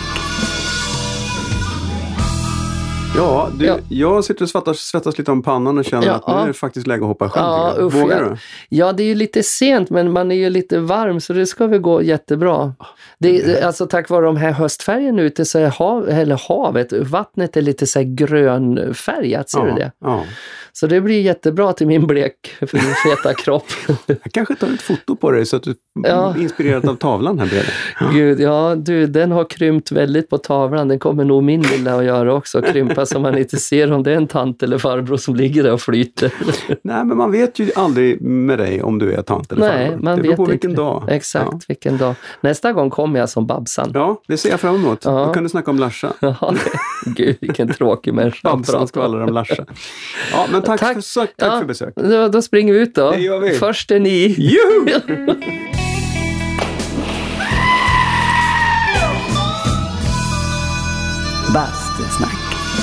Ja, du, Ja. jag sitter och svettas, svettas lite om pannan och känner Ja, att nu är det faktiskt läge att hoppa själv. Ja, usch, Vågar ja. du? Ja, det är ju lite sent, men man är ju lite varm så det ska väl gå jättebra. Det, alltså tack vare de här höstfärgen ute så är hav, eller havet, vattnet är lite så här grönfärgat, ser Ja, du det? ja. Så det blir jättebra till min blek, för min feta kropp. Jag kanske tar ett foto på dig så att du Ja. är inspirerad av tavlan här bredvid. Gud, ja du, den har krympt väldigt på tavlan. Den kommer nog min lilla att göra också. Krympa så man inte ser om det är en tant eller farbror som ligger där och flyter. Nej, men man vet ju aldrig med dig om du är tant eller Nej, farbror. man det beror vet på vilken inte. dag. Exakt, Ja. vilken dag. Nästa gång kommer jag som Babsan. Ja, det ser jag fram emot. Ja. Då kan du snacka om Larsa. Ja, det, gud, vilken tråkig människa. Babsan skvallrar om Larsa. Ja, men tack, Tack. För, så, tack Ja, för besök. Då, då springer vi ut då. Det gör vi. Först är ni. Juhu! Bastusnack.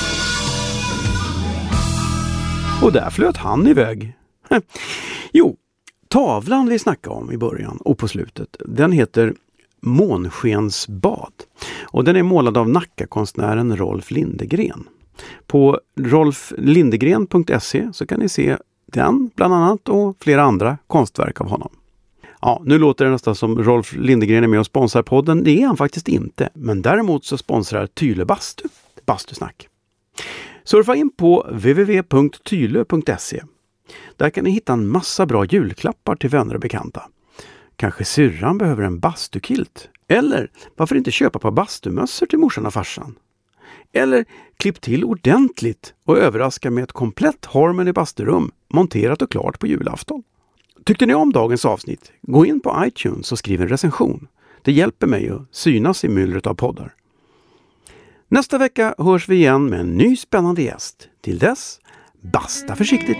Och där flöt han iväg. Jo, tavlan vi snackade om i början och på slutet, den heter Månskensbad. Och den är målad av Nackakonstnären Rolf Lindegren. På rolf lindegren punkt se så kan ni se den bland annat och flera andra konstverk av honom. Ja, nu låter det nästan som Rolf Lindegren är med och sponsrar podden. Det är han faktiskt inte. Men däremot så sponsrar Tylö Bastu, Bastusnack. Surfa in på w w w punkt tylö punkt se. Där kan ni hitta en massa bra julklappar till vänner och bekanta. Kanske syrran behöver en bastukilt. Eller varför inte köpa på bastumössor till morsan och farsan? Eller klipp till ordentligt och överraska med ett komplett Harmony basturum monterat och klart på julafton. Tyckte ni om dagens avsnitt? Gå in på iTunes och skriv en recension. Det hjälper mig att synas i myllret av poddar. Nästa vecka hörs vi igen med en ny spännande gäst. Till dess, basta försiktigt!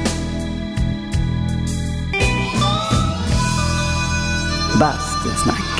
Bastusnack.